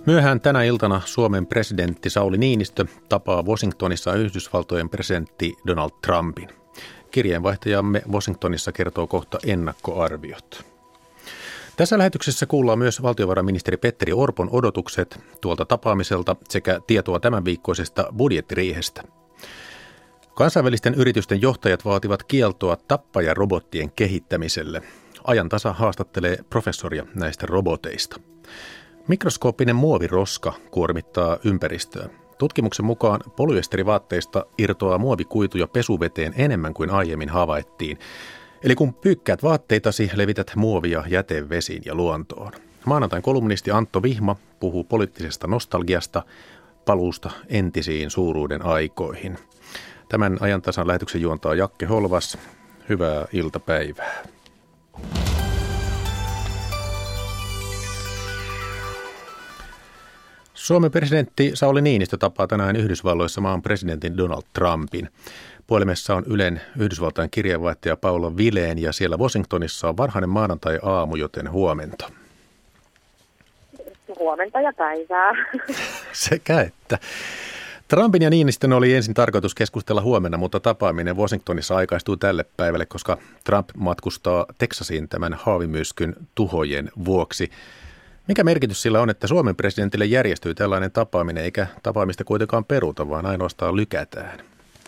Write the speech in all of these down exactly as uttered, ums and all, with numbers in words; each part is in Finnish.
Myöhään tänä iltana Suomen presidentti Sauli Niinistö tapaa Washingtonissa Yhdysvaltojen presidentti Donald Trumpin. Kirjeenvaihtajamme Washingtonissa kertoo kohta ennakkoarviot. Tässä lähetyksessä kuullaan myös valtiovarainministeri Petteri Orpon odotukset tuolta tapaamiselta sekä tietoa tämänviikkoisesta budjettiriihestä. Kansainvälisten yritysten johtajat vaativat kieltoa tappajarobottien kehittämiselle. Ajantasa haastattelee professoria näistä roboteista. Mikroskooppinen muoviroska kuormittaa ympäristöä. Tutkimuksen mukaan polyesterivaatteista irtoaa muovikuituja pesuveteen enemmän kuin aiemmin havaittiin. Eli kun pyykkäät vaatteitasi, levität muovia jätevesiin ja luontoon. Maanantain kolumnisti Antto Vihma puhuu poliittisesta nostalgiasta, paluusta entisiin suuruuden aikoihin. Tämän ajantasan lähetyksen juontaa Jakke Holvas. Hyvää iltapäivää. Suomen presidentti Sauli Niinistö tapaa tänään Yhdysvalloissa maan presidentin Donald Trumpin. Puhelimessa on Ylen Yhdysvaltain kirjeenvaihtaja Paula Vilen ja siellä Washingtonissa on varhainen maanantai-aamu, joten huomenta. Huomenta ja päivää. Sekä että. Trumpin ja Niinistön oli ensin tarkoitus keskustella huomenna, mutta tapaaminen Washingtonissa aikaistuu tälle päivälle, koska Trump matkustaa Teksasiin tämän Harvey-myrskyn tuhojen vuoksi. Mikä merkitys sillä on, että Suomen presidentille järjestyy tällainen tapaaminen, eikä tapaamista kuitenkaan peruta, vaan ainoastaan lykätään?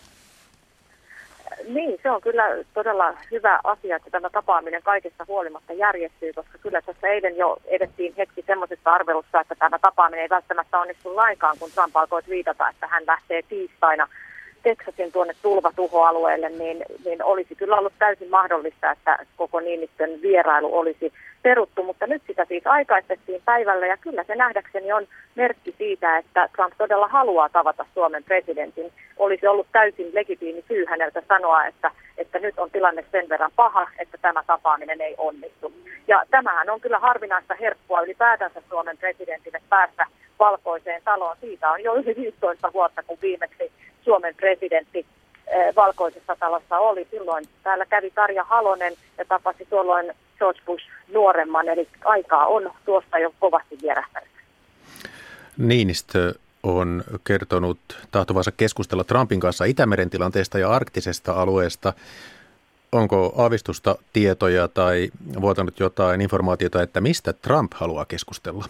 Niin, se on kyllä todella hyvä asia, että tämä tapaaminen kaikesta huolimatta järjestyy, koska kyllä tässä eilen jo edettiin hetki semmoisessa arvelussa, että tämä tapaaminen ei välttämättä onnistu lainkaan, kun Trump alkoi viitata, että hän lähtee tiistaina Teksasin tuonne tulvatuhoalueelle, niin, niin olisi kyllä ollut täysin mahdollista, että koko Niinistön vierailu olisi peruttu, mutta nyt sitä siis aikaistettiin päivällä ja kyllä se nähdäkseni on merkki siitä, että Trump todella haluaa tavata Suomen presidentin. Olisi ollut täysin legitiimi syy häneltä sanoa, että, että nyt on tilanne sen verran paha, että tämä tapaaminen ei onnistu. Ja tämähän on kyllä harvinaista herkkua ylipäätänsä Suomen presidentille päästä Valkoiseen taloon. Siitä on jo yli viisitoista vuotta, kun viimeksi Suomen presidentti Valkoisessa talossa oli. Silloin täällä kävi Tarja Halonen ja tapasi tuolloin George Bush nuoremman, eli aikaa on tuosta jo kovasti vierähtänyt. Niinistö on kertonut tahtovansa keskustella Trumpin kanssa Itämeren tilanteesta ja arktisesta alueesta. Onko aavistusta, tietoja tai vuotanut jotain informaatiota, että mistä Trump haluaa keskustella?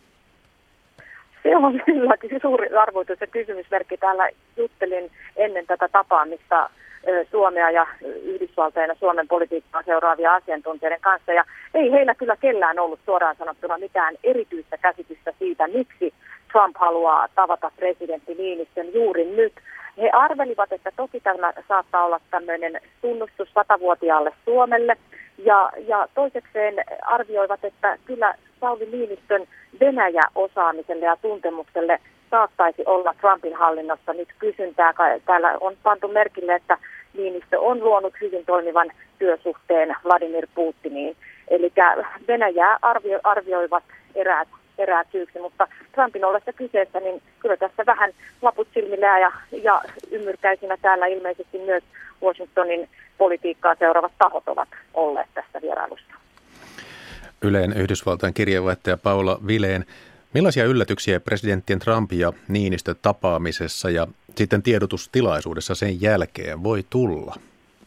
Se on kyllä suuri arvoitus ja kysymysmerkki. Täällä juttelin ennen tätä tapaamista Suomea ja Yhdysvaltojen ja Suomen politiikkaa seuraavia asiantuntijoiden kanssa. Ja ei heillä kyllä kellään ollut suoraan sanottuna mitään erityistä käsitystä siitä, miksi Trump haluaa tavata presidentti Niinistön juuri nyt. He arvelivat, että toki tämä saattaa olla tämmöinen tunnustus satavuotiaalle Suomelle. Ja, ja toisekseen arvioivat, että kyllä Sauli Niinistön Venäjä-osaamiselle ja tuntemukselle saattaisi olla Trumpin hallinnossa nyt kysyntää. Täällä on pantu merkille, että Niinistö on luonut hyvin toimivan työsuhteen Vladimir Putiniin. Eli Venäjää arvio, arvioivat eräät, eräät syyksi, mutta Trumpin ollessa kyseessä, niin kyllä tässä vähän laput silmillä ja, ja ymmyrkäisinä täällä ilmeisesti myös Washingtonin politiikkaa seuraavat tahot ovat olleet tässä vierailussa. Ylen Yhdysvaltain kirjeenvaihtaja Paula Vilen. Millaisia yllätyksiä presidenttien Trump ja Niinistö tapaamisessa ja sitten tiedotustilaisuudessa sen jälkeen voi tulla?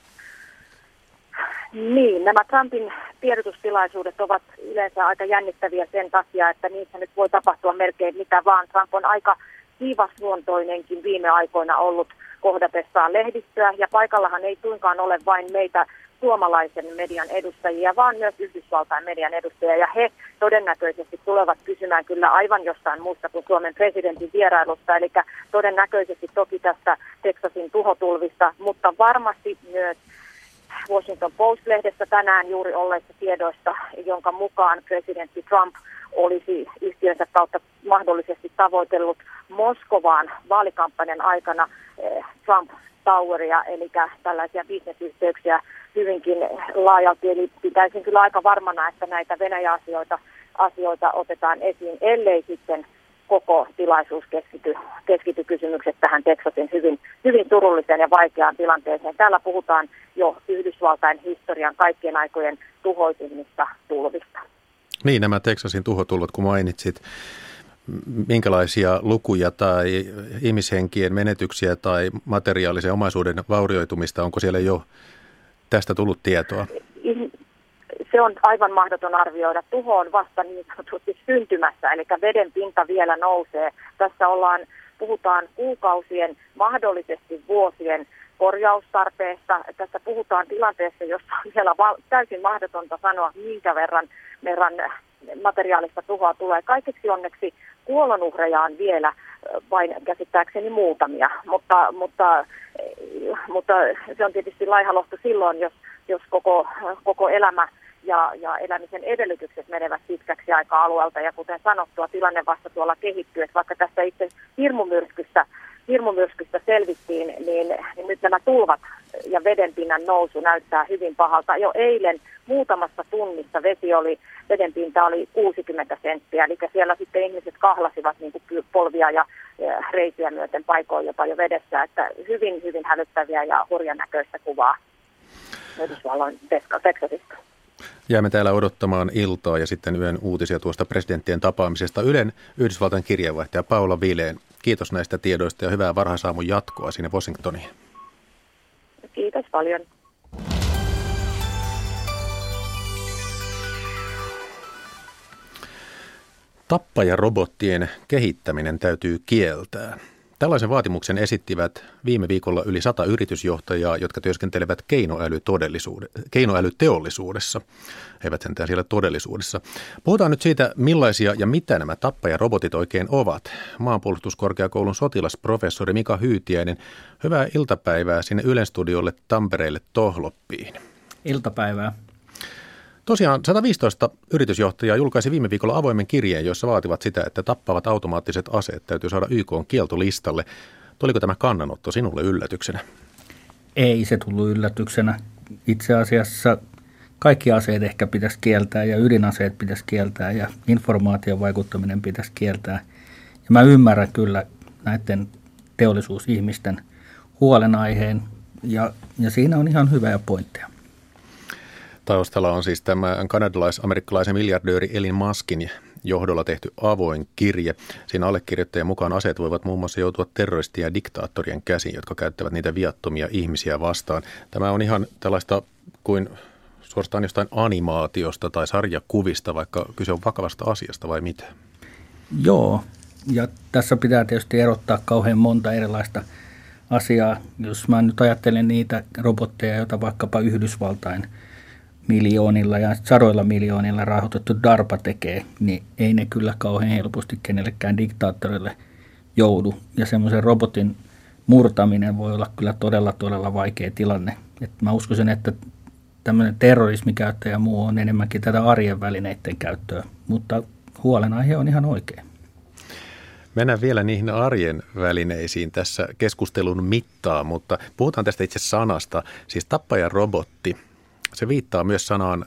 Niin, nämä Trumpin tiedotustilaisuudet ovat yleensä aika jännittäviä sen takia, että niissä nyt voi tapahtua melkein mitä vaan. Trump on aika kiivasluontoinenkin viime aikoina ollut kohdatessaan lehdistöä ja paikallahan ei suinkaan ole vain meitä suomalaisen median edustajia, vaan myös Yhdysvaltain median edustajia, ja he todennäköisesti tulevat kysymään kyllä aivan jostain muusta kuin Suomen presidentin vierailusta, eli todennäköisesti toki tästä Teksasin tuhotulvista, mutta varmasti myös Washington Post-lehdessä tänään juuri olleista tiedoista, jonka mukaan presidentti Trump olisi yhtiönsä kautta mahdollisesti tavoitellut Moskovaan vaalikampanjan aikana eh, Trump Toweria, eli tällaisia bisnesyhteyksiä hyvinkin laajalti, eli pitäisin kyllä aika varmana, että näitä Venäjä-asioita asioita otetaan esiin, ellei sitten koko tilaisuus keskity, keskity kysymykset tähän Teksasin hyvin, hyvin surulliseen ja vaikeaan tilanteeseen. Täällä puhutaan jo Yhdysvaltain historian kaikkien aikojen tuhoisimmista tulvista. Niin, nämä Teksasin tuhotulvat, kun mainitsit. minkälaisia lukuja tai ihmishenkien menetyksiä tai materiaalisen omaisuuden vaurioitumista, onko siellä jo tästä tullut tietoa? Se on aivan mahdoton arvioida. Tuho on vasta niin sanotusti syntymässä, eli veden pinta vielä nousee. Tässä ollaan, puhutaan kuukausien, mahdollisesti vuosien korjaustarpeesta. Tässä puhutaan tilanteessa, jossa on vielä täysin mahdotonta sanoa, minkä verran, verran materiaalista tuhoa tulee. Kaikeksi onneksi kuolonuhreja on vielä vain käsittääkseni muutamia, mutta, mutta, mutta se on tietysti laihalohto silloin, jos, jos koko, koko elämä ja, ja elämisen edellytykset menevät pitkäksi aikaa alueelta. Ja kuten sanottua, tilanne vasta tuolla kehittyy, että vaikka tässä itse hirmumyrskystä, hirmumyrskystä selvittiin, niin, niin nyt nämä tulvat ja vedenpinnan nousu näyttää hyvin pahalta. Jo eilen muutamassa tunnissa vesi oli, vedenpinta oli kuusikymmentä senttiä, eli siellä sitten ihmiset kahlasivat niin kuin polvia ja reisiä myöten paikoin jopa jo vedessä, että hyvin, hyvin hälyttäviä ja hurjan näköistä kuvaa Yhdysvalloin Texasista. Jäämme täällä odottamaan iltaa ja sitten yön uutisia tuosta presidenttien tapaamisesta. Ylen Yhdysvaltain kirjeenvaihtaja Paula Vileen. Kiitos näistä tiedoista ja hyvää varhaisaamun jatkoa sinne Washingtoniin. Kiitos paljon. Tappajarobottien kehittäminen täytyy kieltää. Tällaisen vaatimuksen esittivät viime viikolla yli sata yritysjohtajaa, jotka työskentelevät keinoälyteollisuudessa. He eivät sentään siellä todellisuudessa. Puhutaan nyt siitä, millaisia ja mitä nämä tappajarobotit oikein ovat. Maanpuolustuskorkeakoulun sotilasprofessori Mika Hyytiäinen, hyvää iltapäivää sinne Ylen studiolle Tampereelle Tohloppiin. Iltapäivää. Tosiaan sata viisitoista yritysjohtajaa julkaisi viime viikolla avoimen kirjeen, jossa vaativat sitä, että tappavat automaattiset aseet täytyy saada Y K:n kieltolistalle. Tuliko tämä kannanotto sinulle yllätyksenä? Ei se tullut yllätyksenä. Itse asiassa kaikki aseet ehkä pitäisi kieltää ja ydinaseet pitäisi kieltää ja informaation vaikuttaminen pitäisi kieltää. Ja mä ymmärrän kyllä näiden teollisuusihmisten huolenaiheen ja, ja siinä on ihan hyviä pointteja. Taustalla on siis tämä kanadalais-amerikkalaisen miljardööri Elon Muskin johdolla tehty avoin kirje. Siinä allekirjoittajan mukaan aseet voivat muun muassa joutua terroristien ja diktaattorien käsiin, jotka käyttävät niitä viattomia ihmisiä vastaan. Tämä on ihan tällaista kuin suorastaan jostain animaatiosta tai sarjakuvista, vaikka kyse on vakavasta asiasta vai mitä? Joo, ja tässä pitää tietysti erottaa kauhean monta erilaista asiaa. Jos mä nyt ajattelen niitä robotteja, joita vaikkapa Yhdysvaltain miljoonilla ja sadoilla miljoonilla rahoitettu DARPA tekee, niin ei ne kyllä kauhean helposti kenellekään diktaattorille joudu. Ja semmoisen robotin murtaminen voi olla kyllä todella, todella vaikea tilanne. Et mä uskoisin, että tämmöinen terrorismikäyttö ja muu on enemmänkin tätä arjen välineiden käyttöä, mutta huolenaihe on ihan oikein. Mennään vielä niihin arjen välineisiin tässä keskustelun mittaan, mutta puhutaan tästä itse sanasta, siis tappajarobotti. Se viittaa myös sanaan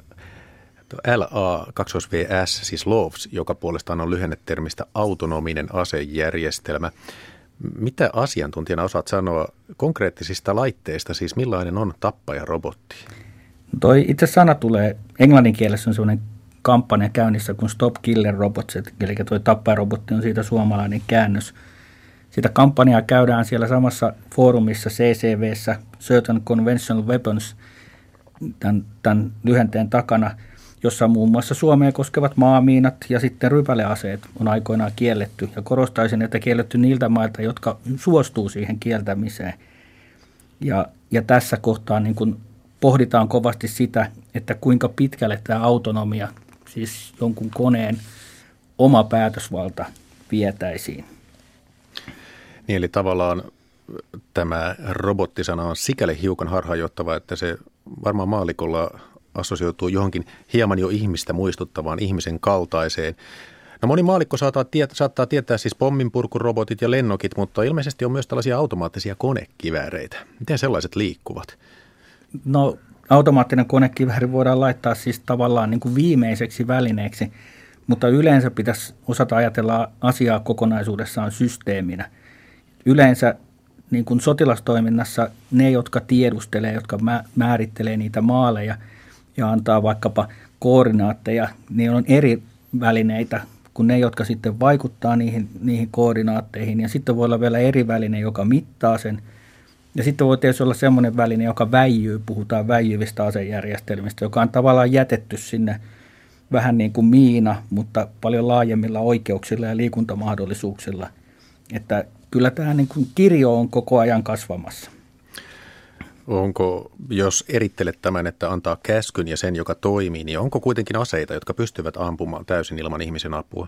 L A kaksi V S, siis L O V S, joka puolestaan on lyhennetermistä autonominen asejärjestelmä. Mitä asiantuntijana osaat sanoa konkreettisista laitteista, siis millainen on tappajarobotti? Toi itse sana tulee, englannin kielessä on sellainen kampanja käynnissä kuin Stop Killer Robots, eli tuo tappajarobotti on siitä suomalainen käännös. Sitä kampanjaa käydään siellä samassa foorumissa C C V:ssä, Certain Conventional Weapons, Tämän, tämän lyhenteen takana, jossa muun muassa Suomea koskevat maamiinat ja sitten rypäleaseet on aikoinaan kielletty. Ja korostaisin, että kielletty niiltä mailta, jotka suostuu siihen kieltämiseen. Ja, ja tässä kohtaa niin kun pohditaan kovasti sitä, että kuinka pitkälle tämä autonomia, siis jonkun koneen oma päätösvalta vietäisiin. Niin, eli tavallaan tämä robottisana on sikäli hiukan harhaanjohtava, että se varmaan maallikolla assosioituu johonkin hieman jo ihmistä muistuttavaan ihmisen kaltaiseen. No moni maallikko saattaa tietää, saattaa tietää siis pomminpurkurobotit ja lennokit, mutta ilmeisesti on myös tällaisia automaattisia konekivääreitä. Miten sellaiset liikkuvat? No automaattinen konekivääri voidaan laittaa siis tavallaan niin kuin viimeiseksi välineeksi, mutta yleensä pitäisi osata ajatella asiaa kokonaisuudessaan systeeminä. Yleensä niin kuin sotilastoiminnassa ne, jotka tiedustelee, jotka määrittelee niitä maaleja ja antaa vaikkapa koordinaatteja, niin on eri välineitä kuin ne, jotka sitten vaikuttaa niihin, niihin koordinaatteihin. Ja sitten voi olla vielä eri väline, joka mittaa sen. Ja sitten voi tietysti olla semmoinen väline, joka väijyy, puhutaan väijyvistä asejärjestelmistä, joka on tavallaan jätetty sinne vähän niin kuin miina, mutta paljon laajemmilla oikeuksilla ja liikuntamahdollisuuksilla. Että kyllä tämä niin kuin kirjo on koko ajan kasvamassa. Onko, jos erittelet tämän, että antaa käskyn ja sen, joka toimii, niin onko kuitenkin aseita, jotka pystyvät ampumaan täysin ilman ihmisen apua?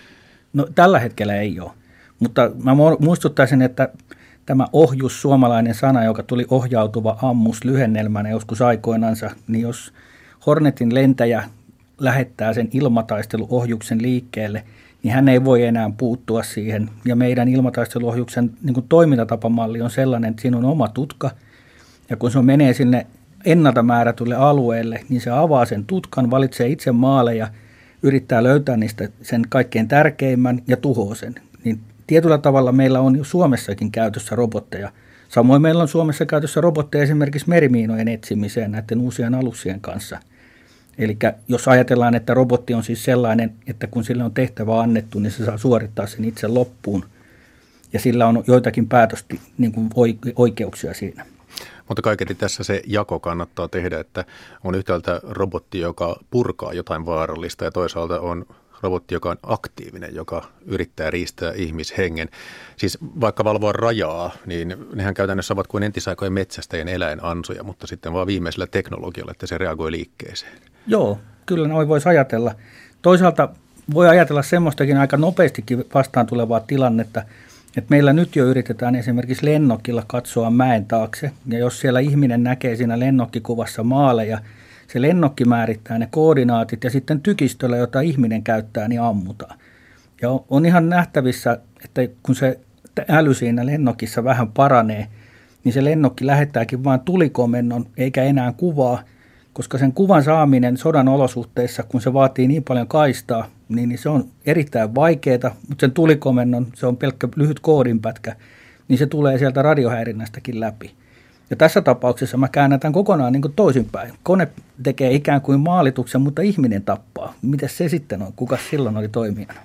No tällä hetkellä ei ole, mutta mä muistuttaisin, että tämä ohjus, suomalainen sana, joka tuli ohjautuva ammus lyhennelmänä joskus aikoinansa, niin jos Hornetin lentäjä lähettää sen ilmataisteluohjuksen liikkeelle, niin hän ei voi enää puuttua siihen. Ja meidän ilmataisteluohjuksen niin kuin toimintatapamalli on sellainen, että siinä on oma tutka, ja kun se menee sinne ennalta määrätylle alueelle, niin se avaa sen tutkan, valitsee itse maaleja, yrittää löytää niistä sen kaikkein tärkeimmän ja tuhoaa sen. Niin tietyllä tavalla meillä on jo Suomessakin käytössä robotteja. Samoin meillä on Suomessa käytössä robotteja esimerkiksi merimiinojen etsimiseen näiden uusien aluksien kanssa. Eli jos ajatellaan, että robotti on siis sellainen, että kun sille on tehtävä annettu, niin se saa suorittaa sen itse loppuun. Ja sillä on joitakin päätösti niin kuin oikeuksia siinä. Mutta kaiketi tässä se jako kannattaa tehdä, että on yhtäältä robotti, joka purkaa jotain vaarallista ja toisaalta on robotti, joka on aktiivinen, joka yrittää riistää ihmishengen. Siis vaikka valvoa rajaa, niin nehän käytännössä ovat kuin entisaikojen metsästäjien eläinansoja, mutta sitten vaan viimeisellä teknologialla, että se reagoi liikkeeseen. Joo, kyllä noin voisi ajatella. Toisaalta voi ajatella semmoistakin aika nopeastikin vastaan tulevaa tilannetta, että meillä nyt jo yritetään esimerkiksi lennokilla katsoa mäen taakse, ja jos siellä ihminen näkee siinä lennokkikuvassa maaleja, se lennokki määrittää ne koordinaatit ja sitten tykistöllä, jota ihminen käyttää, niin ammutaan. Ja on ihan nähtävissä, että kun se äly siinä lennokissa vähän paranee, niin se lennokki lähettääkin vain tulikomennon eikä enää kuvaa, koska sen kuvan saaminen sodan olosuhteissa, kun se vaatii niin paljon kaistaa, niin se on erittäin vaikeaa, mutta sen tulikomennon, se on pelkkä lyhyt koodinpätkä, niin se tulee sieltä radiohäirinnästäkin läpi. Ja tässä tapauksessa mä käännän tämän kokonaan niin kuin toisinpäin. Kone tekee ikään kuin maalituksen, mutta ihminen tappaa. Mites se sitten on? Kuka silloin oli toimijana?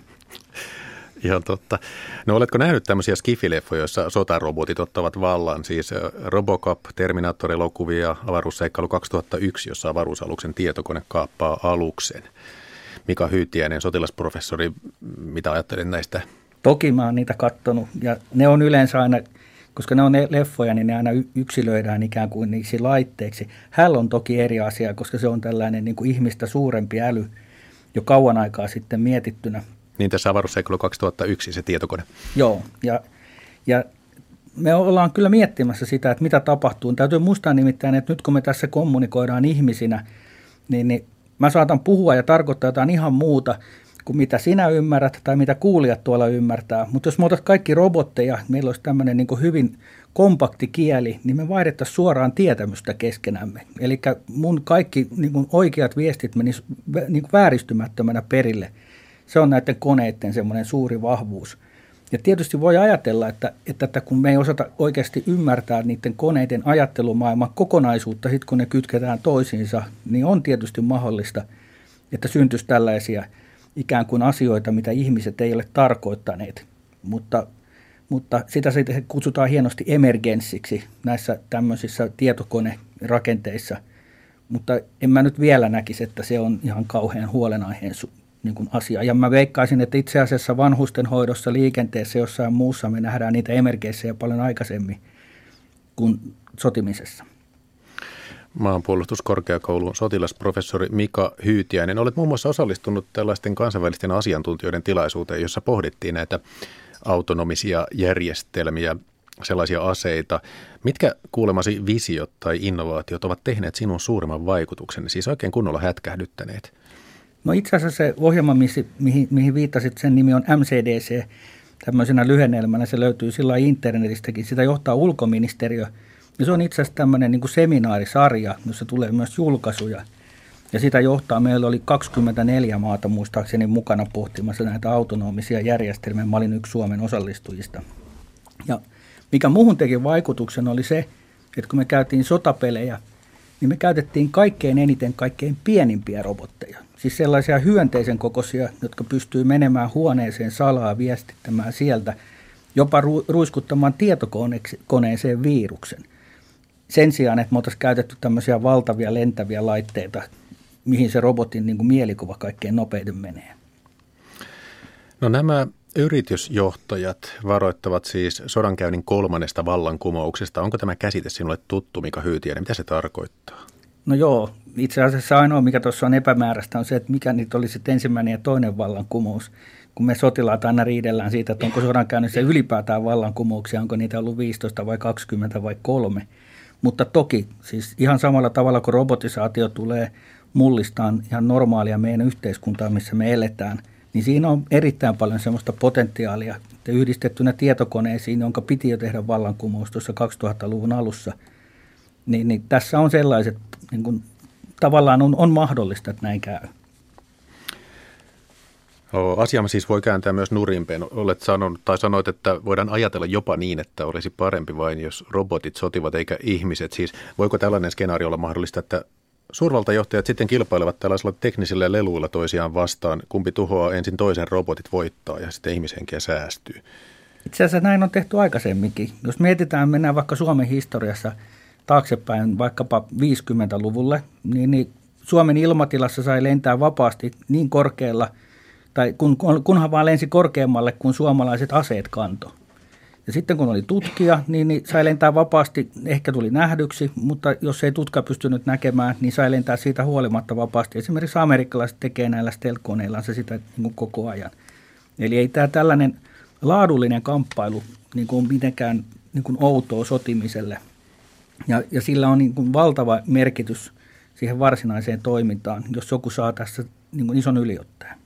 Ihan totta. No oletko nähnyt tämmöisiä skifileffoja, joissa sotarobotit ottavat vallan? Siis Robocop, Terminator-elokuvia, avaruusseikkailu kaksituhattayksi, jossa avaruusaluksen tietokone kaappaa aluksen. Mika Hyytiäinen, sotilasprofessori, mitä ajattelet näistä? Toki mä oon niitä kattonut ja ne on yleensä aina, koska ne on leffoja, niin ne aina yksilöidään ikään kuin niiksi laitteiksi. Häl on toki eri asia, koska se on tällainen niin kuin ihmistä suurempi äly jo kauan aikaa sitten mietittynä. Niin tässä avaruusseikkailu kaksituhattayksi se tietokone. Joo, ja, ja me ollaan kyllä miettimässä sitä, että mitä tapahtuu. Täytyy muistaa nimittäin, että nyt kun me tässä kommunikoidaan ihmisinä, niin, niin mä saatan puhua ja tarkoittaa jotain ihan muuta kuin mitä sinä ymmärrät tai mitä kuulijat tuolla ymmärtää. Mutta jos me otat kaikki robotteja, meillä olisi tämmöinen niin kuin hyvin kompakti kieli, niin me vaihdettaisiin suoraan tietämystä keskenämme. Eli mun kaikki niin kuin oikeat viestit menisivät niin kuin vääristymättömänä perille. Se on näiden koneiden semmoinen suuri vahvuus. Ja tietysti voi ajatella, että, että, että kun me ei osata oikeasti ymmärtää niiden koneiden ajattelumaailman kokonaisuutta, sit kun ne kytketään toisiinsa, niin on tietysti mahdollista, että syntyisi tällaisia ikään kuin asioita, mitä ihmiset ei ole tarkoittaneet. Mutta, mutta sitä sitten kutsutaan hienosti emergenssiksi näissä tämmöisissä tietokonerakenteissa. Mutta en mä nyt vielä näkisi, että se on ihan kauhean huolenaiheen niin kuin asia. Ja mä veikkaisin, että itse asiassa vanhustenhoidossa, liikenteessä, jossain muussa me nähdään niitä emergenssejä paljon aikaisemmin kuin sotimisessa. Maanpuolustuskorkeakoulun sotilasprofessori Mika Hyytiäinen. Olet muun muassa osallistunut tällaisten kansainvälisten asiantuntijoiden tilaisuuteen, jossa pohdittiin näitä autonomisia järjestelmiä, sellaisia aseita. Mitkä kuulemasi visiot tai innovaatiot ovat tehneet sinun suurimman vaikutuksen, siis oikein kunnolla hätkähdyttäneet? No itse asiassa se ohjelma, mihin, mihin viittasit, sen nimi on M C D C, tämmöisenä lyhennelmänä, se löytyy sillä internetistäkin, sitä johtaa ulkoministeriö. Ja se on itse asiassa tämmöinen niin kuin seminaarisarja, jossa tulee myös julkaisuja. Ja sitä johtaa, meillä oli kaksikymmentäneljä maata muistaakseni mukana pohtimassa näitä autonomisia järjestelmiä. Mä olin yksi Suomen osallistujista. Ja mikä muuhun teki vaikutuksen oli se, että kun me käytiin sotapelejä, niin me käytettiin kaikkein eniten kaikkein pienimpiä robotteja. Siis sellaisia hyönteisen kokoisia, jotka pystyy menemään huoneeseen salaa viestittämään sieltä, jopa ru- ruiskuttamaan tietokoneeseen viruksen. Sen sijaan, että me oltaisiin käytetty tämmöisiä valtavia lentäviä laitteita, mihin se robotin niin kuin mielikuva kaikkein nopeiten menee. No nämä yritysjohtajat varoittavat siis sodankäynnin kolmannesta vallankumouksesta. Onko tämä käsite sinulle tuttu, Mika Hyytiäinen? Mitä se tarkoittaa? No joo, itse asiassa ainoa, mikä tuossa on epämääräistä, on se, että mikä niitä olisi ensimmäinen ja toinen vallankumous. Kun me sotilaat aina riidellään siitä, että onko sodankäynnissä ylipäätään vallankumouksia, onko niitä ollut viisitoista vai kaksikymmentä vai kolme. Mutta toki, siis ihan samalla tavalla kuin robotisaatio tulee mullistaan ihan normaalia meidän yhteiskuntaa, missä me eletään, niin siinä on erittäin paljon semmoista potentiaalia, että yhdistettynä tietokoneisiin, jonka piti jo tehdä vallankumous tuossa kaksituhattaluvun alussa, niin, niin tässä on sellaiset, niin kuin, tavallaan on, on mahdollista, että näin käy. Asiamme siis voi kääntää myös nurinpäin. Olet sanonut, tai sanoit, että voidaan ajatella jopa niin, että olisi parempi vain, jos robotit sotivat eikä ihmiset. Siis voiko tällainen skenaario olla mahdollista, että suurvaltajohtajat sitten kilpailevat tällaisilla teknisillä leluilla toisiaan vastaan, kumpi tuhoaa ensin toisen, robotit voittaa ja sitten ihmishenkiä säästyy? Itse asiassa näin on tehty aikaisemminkin. Jos mietitään, mennään vaikka Suomen historiassa taaksepäin vaikkapa viisikymmentäluvulle, niin, niin Suomen ilmatilassa sai lentää vapaasti niin korkealla, tai kun, kunhan vaan lensi korkeammalle kuin suomalaiset aseet kanto. Ja sitten kun oli tutkija, niin, niin sai lentää vapaasti, ehkä tuli nähdyksi, mutta jos ei tutka pystynyt näkemään, niin sai lentää siitä huolimatta vapaasti. Esimerkiksi amerikkalaiset tekee näillä stealth-koneillaan sitä niin kuin koko ajan. Eli ei tämä tällainen laadullinen kamppailu niin kuin mitenkään niin kuin outoa sotimiselle. Ja, ja sillä on niin kuin valtava merkitys siihen varsinaiseen toimintaan, jos joku saa tässä niin kuin ison yliotteen.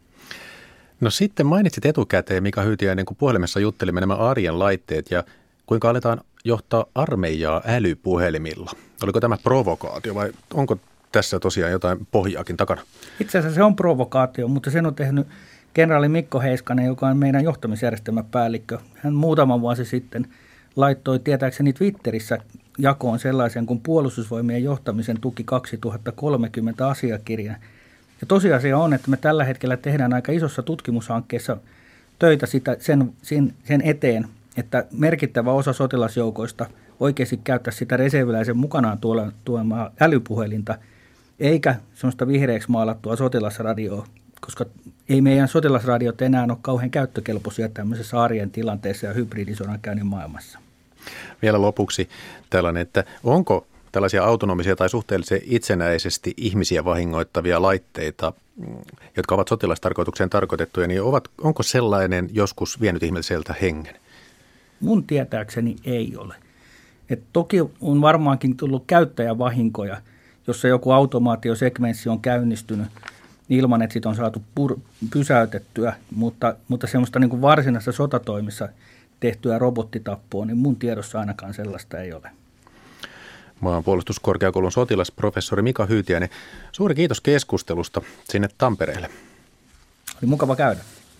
No sitten mainitsit etukäteen, Mika Hyytiäinen, kun puhelimessa juttelimme nämä arjen laitteet ja kuinka aletaan johtaa armeijaa älypuhelimilla. Oliko tämä provokaatio vai onko tässä tosiaan jotain pohjaakin takana? Itse asiassa se on provokaatio, mutta sen on tehnyt kenraali Mikko Heiskanen, joka on meidän johtamisjärjestelmäpäällikkö. Hän muutama vuosi sitten laittoi tietääkseni Twitterissä jakoon sellaisen kuin puolustusvoimien johtamisen tuki kaksituhattakolmekymmentä asiakirjan. Ja tosiasia on, että me tällä hetkellä tehdään aika isossa tutkimushankkeessa töitä sitä, sen, sen, sen eteen, että merkittävä osa sotilasjoukoista oikeasti käyttäisi sitä reserviläisen mukanaan tuomaa älypuhelinta, eikä sellaista vihreäksi maalattua sotilasradioa, koska ei meidän sotilasradiot enää ole kauhean käyttökelpoisia tämmöisessä arjen tilanteessa ja hybridisodankäynnin maailmassa. Vielä lopuksi tällainen, että onko tällaisia autonomisia tai suhteellisen itsenäisesti ihmisiä vahingoittavia laitteita, jotka ovat sotilastarkoitukseen tarkoitettuja, niin ovat, onko sellainen joskus vienyt ihmiseltä hengen? Mun tietääkseni ei ole. Et toki on varmaankin tullut käyttäjävahinkoja, jossa joku automaatiosekvenssi on käynnistynyt ilman, että sit on saatu pur- pysäytettyä, mutta, mutta semmoista niin kuin varsinaisessa sotatoimissa tehtyä robottitappoa, niin mun tiedossa ainakaan sellaista ei ole. Maanpuolustuskorkeakoulun sotilasprofessori Mika Hyytiäinen, suuri kiitos keskustelusta sinne Tampereelle. Oli mukava käydä.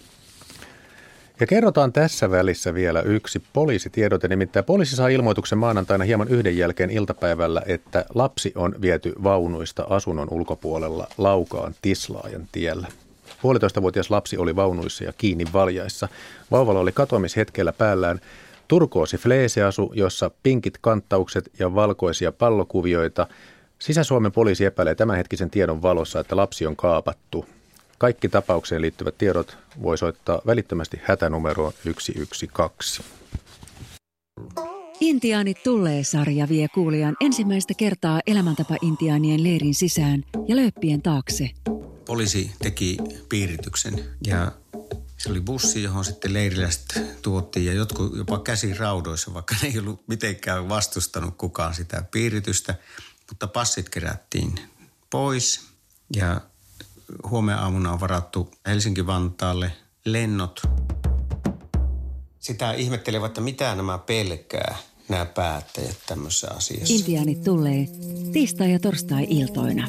Ja kerrotaan tässä välissä vielä yksi poliisitiedote, nimittäin poliisi saa ilmoituksen maanantaina hieman yhden jälkeen iltapäivällä, että lapsi on viety vaunuista asunnon ulkopuolella Laukaan Tislaajan tiellä. Puolitoistavuotias lapsi oli vaunuissa ja kiinni valjaissa. Vauvalla oli katoamishetkellä päällään turkoosi fleeseasu, jossa pinkit kanttaukset ja valkoisia pallokuvioita. Sisä-Suomen poliisi epäilee tämänhetkisen tiedon valossa, että lapsi on kaapattu. Kaikki tapaukseen liittyvät tiedot voi soittaa välittömästi hätänumeroon yksi yksi kaksi. Intiaanit tulee-sarja vie kuulijan ensimmäistä kertaa elämäntapa-intiaanien leirin sisään ja lööppien taakse. Poliisi teki piirityksen ja se oli bussi, johon sitten leiriläiset tuotiin ja jotkut jopa käsiraudoissa, vaikka ne ei ollut mitenkään vastustanut kukaan sitä piiritystä. Mutta passit kerättiin pois ja huomenna aamuna on varattu Helsinki-Vantaalle lennot. Sitä ihmettelevat, että mitä nämä pelkää, nämä päättäjät tämmöisessä asiassa. Intiaanit tulee tiistai- ja torstai-iltoina.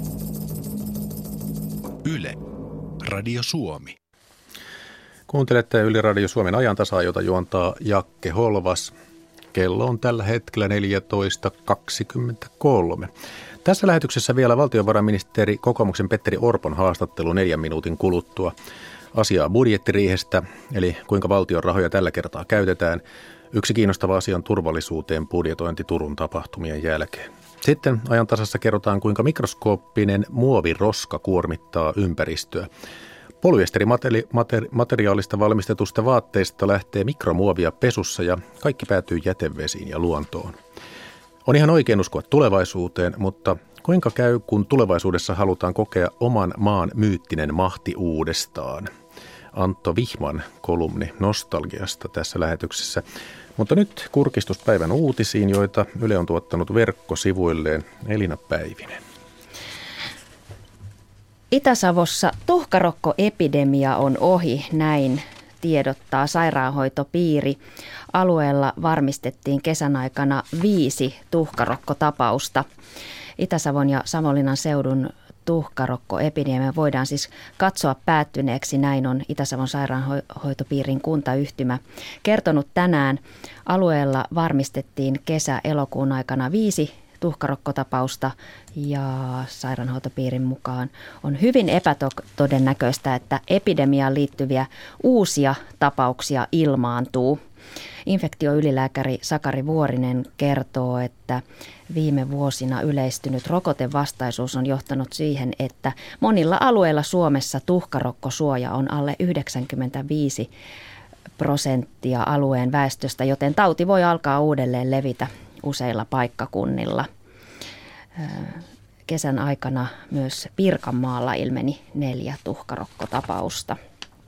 Yle, Radio Suomi. Kuuntelette Yle Radio Suomen ajantasaa, jota juontaa Jakke Holvas. Kello on tällä hetkellä neljätoista kaksikymmentäkolme. Tässä lähetyksessä vielä valtiovarainministeri kokoomuksen Petteri Orpon haastattelu neljän minuutin kuluttua. Asiaa budjettiriihestä, eli kuinka valtion rahoja tällä kertaa käytetään. Yksi kiinnostava asia on turvallisuuteen budjetointi Turun tapahtumien jälkeen. Sitten ajan tasassa kerrotaan, kuinka mikroskooppinen muoviroska kuormittaa ympäristöä. Polyesterimateriaalista valmistetusta vaatteista lähtee mikromuovia pesussa ja kaikki päätyy jätevesiin ja luontoon. On ihan oikein uskoa tulevaisuuteen, mutta kuinka käy, kun tulevaisuudessa halutaan kokea oman maan myyttinen mahti uudestaan? Antto Vihman kolumni nostalgiasta tässä lähetyksessä. Mutta nyt kurkistuspäivän uutisiin, joita Yle on tuottanut verkkosivuilleen. Elina Päivinen. Itä-Savossa tuhkarokkoepidemia on ohi, näin tiedottaa sairaanhoitopiiri. Alueella varmistettiin kesän aikana viisi tuhkarokkotapausta. Itä-Savon ja Savonlinnan seudun tuhkarokkoepidemia voidaan siis katsoa päättyneeksi, näin on Itä-Savon sairaanhoitopiirin kuntayhtymä kertonut tänään. Alueella varmistettiin kesä-elokuun aikana viisi tuhkarokkotapausta ja sairaanhoitopiirin mukaan on hyvin epätodennäköistä, että epidemiaan liittyviä uusia tapauksia ilmaantuu. Infektioylilääkäri Sakari Vuorinen kertoo, että viime vuosina yleistynyt rokotevastaisuus on johtanut siihen, että monilla alueilla Suomessa tuhkarokkosuoja on alle yhdeksänkymmentäviisi prosenttia alueen väestöstä, joten tauti voi alkaa uudelleen levitä useilla paikkakunnilla. Kesän aikana myös Pirkanmaalla ilmeni neljä tuhkarokkotapausta.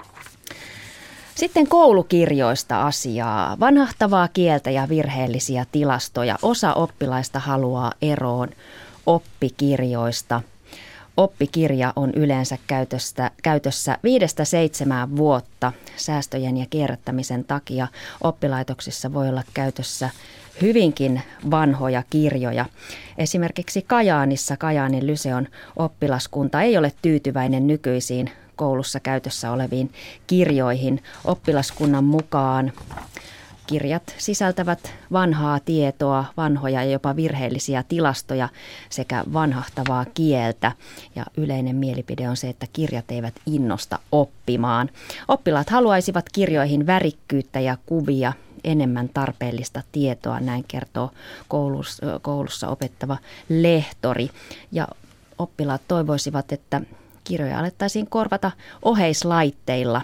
Sitten koulukirjoista asiaa. Vanhahtavaa kieltä ja virheellisiä tilastoja. Osa oppilaista haluaa eroon oppikirjoista. Oppikirja on yleensä käytössä, käytössä viidestä seitsemään vuotta. Säästöjen ja kierrättämisen takia oppilaitoksissa voi olla käytössä hyvinkin vanhoja kirjoja. Esimerkiksi Kajaanissa Kajaanin Lyseon oppilaskunta ei ole tyytyväinen nykyisiin koulussa käytössä oleviin kirjoihin. Oppilaskunnan mukaan kirjat sisältävät vanhaa tietoa, vanhoja ja jopa virheellisiä tilastoja sekä vanhahtavaa kieltä. Ja yleinen mielipide on se, että kirjat eivät innosta oppimaan. Oppilaat haluaisivat kirjoihin värikkyyttä ja kuvia, enemmän tarpeellista tietoa, näin kertoo koulussa, koulussa opettava lehtori. Ja oppilaat toivoisivat, että kirjoja alettaisiin korvata oheislaitteilla,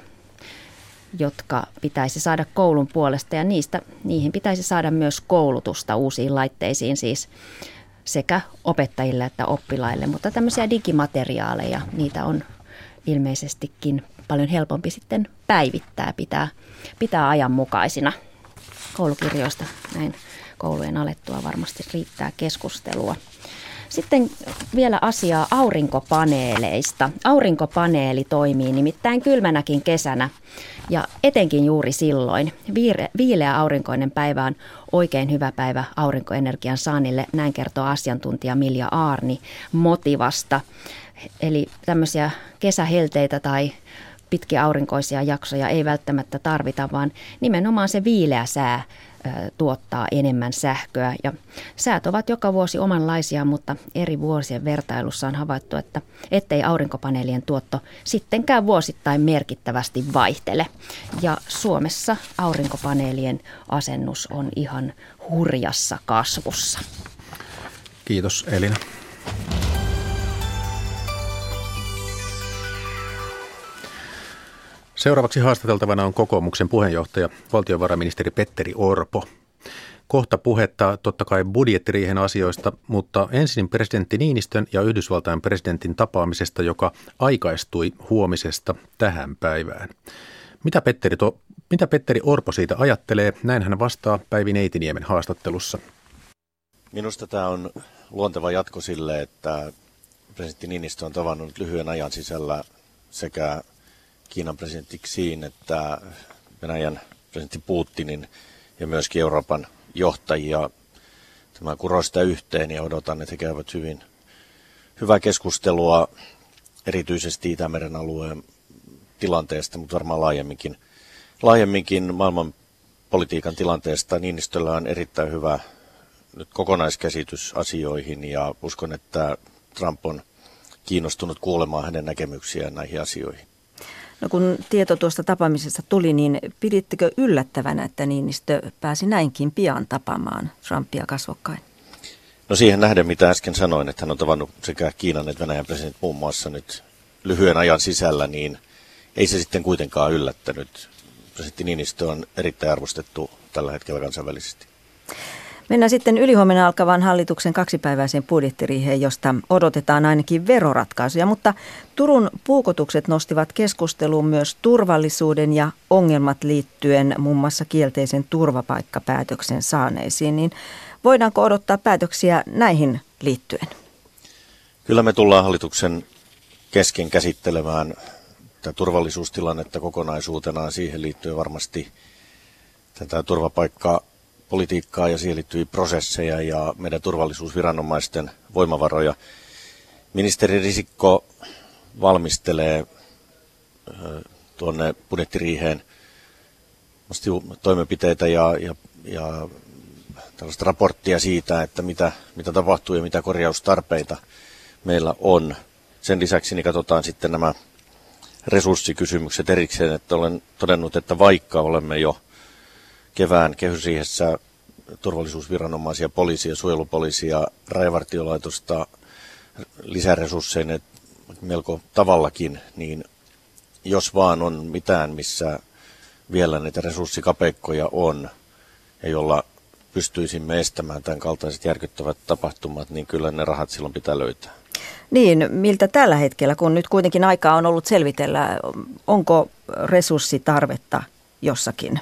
jotka pitäisi saada koulun puolesta, ja niistä, niihin pitäisi saada myös koulutusta uusiin laitteisiin siis sekä opettajille että oppilaille, mutta tämmöisiä digimateriaaleja, niitä on ilmeisestikin paljon helpompi sitten päivittää, pitää, pitää ajanmukaisina. Koulukirjoista näin koulujen alettua varmasti riittää keskustelua. Sitten vielä asiaa aurinkopaneeleista. Aurinkopaneeli toimii nimittäin kylmänäkin kesänä ja etenkin juuri silloin. Viire, viileä aurinkoinen päivä on oikein hyvä päivä aurinkoenergian saannille, näin kertoo asiantuntija Milja Aarni Motivasta. Eli tämmöisiä kesähelteitä tai pitkiä aurinkoisia jaksoja ei välttämättä tarvita, vaan nimenomaan se viileä sää tuottaa enemmän sähköä. Ja säät ovat joka vuosi omanlaisia, mutta eri vuosien vertailussa on havaittu, että ettei aurinkopaneelien tuotto sittenkään vuosittain merkittävästi vaihtele. Ja Suomessa aurinkopaneelien asennus on ihan hurjassa kasvussa. Kiitos Elina. Seuraavaksi haastateltavana on kokoomuksen puheenjohtaja, valtiovarainministeri Petteri Orpo. Kohta puhetta totta kai budjettiriihen asioista, mutta ensin presidentti Niinistön ja Yhdysvaltain presidentin tapaamisesta, joka aikaistui huomisesta tähän päivään. Mitä Petteri, to, mitä Petteri Orpo siitä ajattelee? Näin hän vastaa Päivi Neitiniemen haastattelussa. Minusta tämä on luonteva jatko sille, että presidentti Niinistö on tavannut lyhyen ajan sisällä sekä Kiinan presidentti Xiin että Venäjän presidentti Putinin ja myöskin Euroopan johtajia. Tämä kuroo sitä yhteen ja odotan, että he käyvät hyvin hyvää keskustelua erityisesti Itämeren alueen tilanteesta, mutta varmaan laajemminkin, laajemminkin maailman politiikan tilanteesta. Niinistöllä on erittäin hyvä nyt kokonaiskäsitys asioihin ja uskon, että Trump on kiinnostunut kuulemaan hänen näkemyksiään näihin asioihin. No kun tieto tuosta tapaamisesta tuli, niin pidittekö yllättävänä, että Niinistö pääsi näinkin pian tapaamaan Trumpia kasvokkain? No siihen nähden, mitä äsken sanoin, että hän on tavannut sekä Kiinan että Venäjän presidentit muun muassa nyt lyhyen ajan sisällä, niin ei se sitten kuitenkaan yllättänyt. Presidentti Niinistö on erittäin arvostettu tällä hetkellä kansainvälisesti. Mennään sitten ylihuomenna alkavaan hallituksen kaksipäiväiseen budjettiriiheen, josta odotetaan ainakin veroratkaisuja, mutta Turun puukotukset nostivat keskusteluun myös turvallisuuden ja ongelmat liittyen muun muassa kielteisen turvapaikkapäätöksen saaneisiin. Niin voidaanko odottaa päätöksiä näihin liittyen? Kyllä me tullaan hallituksen kesken käsittelemään tätä turvallisuustilannetta kokonaisuutenaan. Siihen liittyy varmasti tätä turvapaikkapolitiikkaa ja siihen liittyy prosesseja ja meidän turvallisuusviranomaisten voimavaroja. Ministeri Risikko valmistelee tuonne budjettiriiheen toimenpiteitä ja, ja, ja tällaista raporttia siitä, että mitä, mitä tapahtuu ja mitä korjaustarpeita meillä on. Sen lisäksi niin katsotaan sitten nämä resurssikysymykset erikseen, että olen todennut, että vaikka olemme jo kevään kehysriihessä turvallisuusviranomaisia, poliisia, suojelupoliisia, rajavartiolaitosta lisäresursseina melko tavallakin, niin jos vaan on mitään, missä vielä näitä resurssikapeikkoja on ja jolla pystyisimme estämään tämän kaltaiset järkyttävät tapahtumat, niin kyllä ne rahat silloin pitää löytää. Niin, miltä tällä hetkellä, kun nyt kuitenkin aikaa on ollut selvitellä, onko resurssitarvetta jossakin?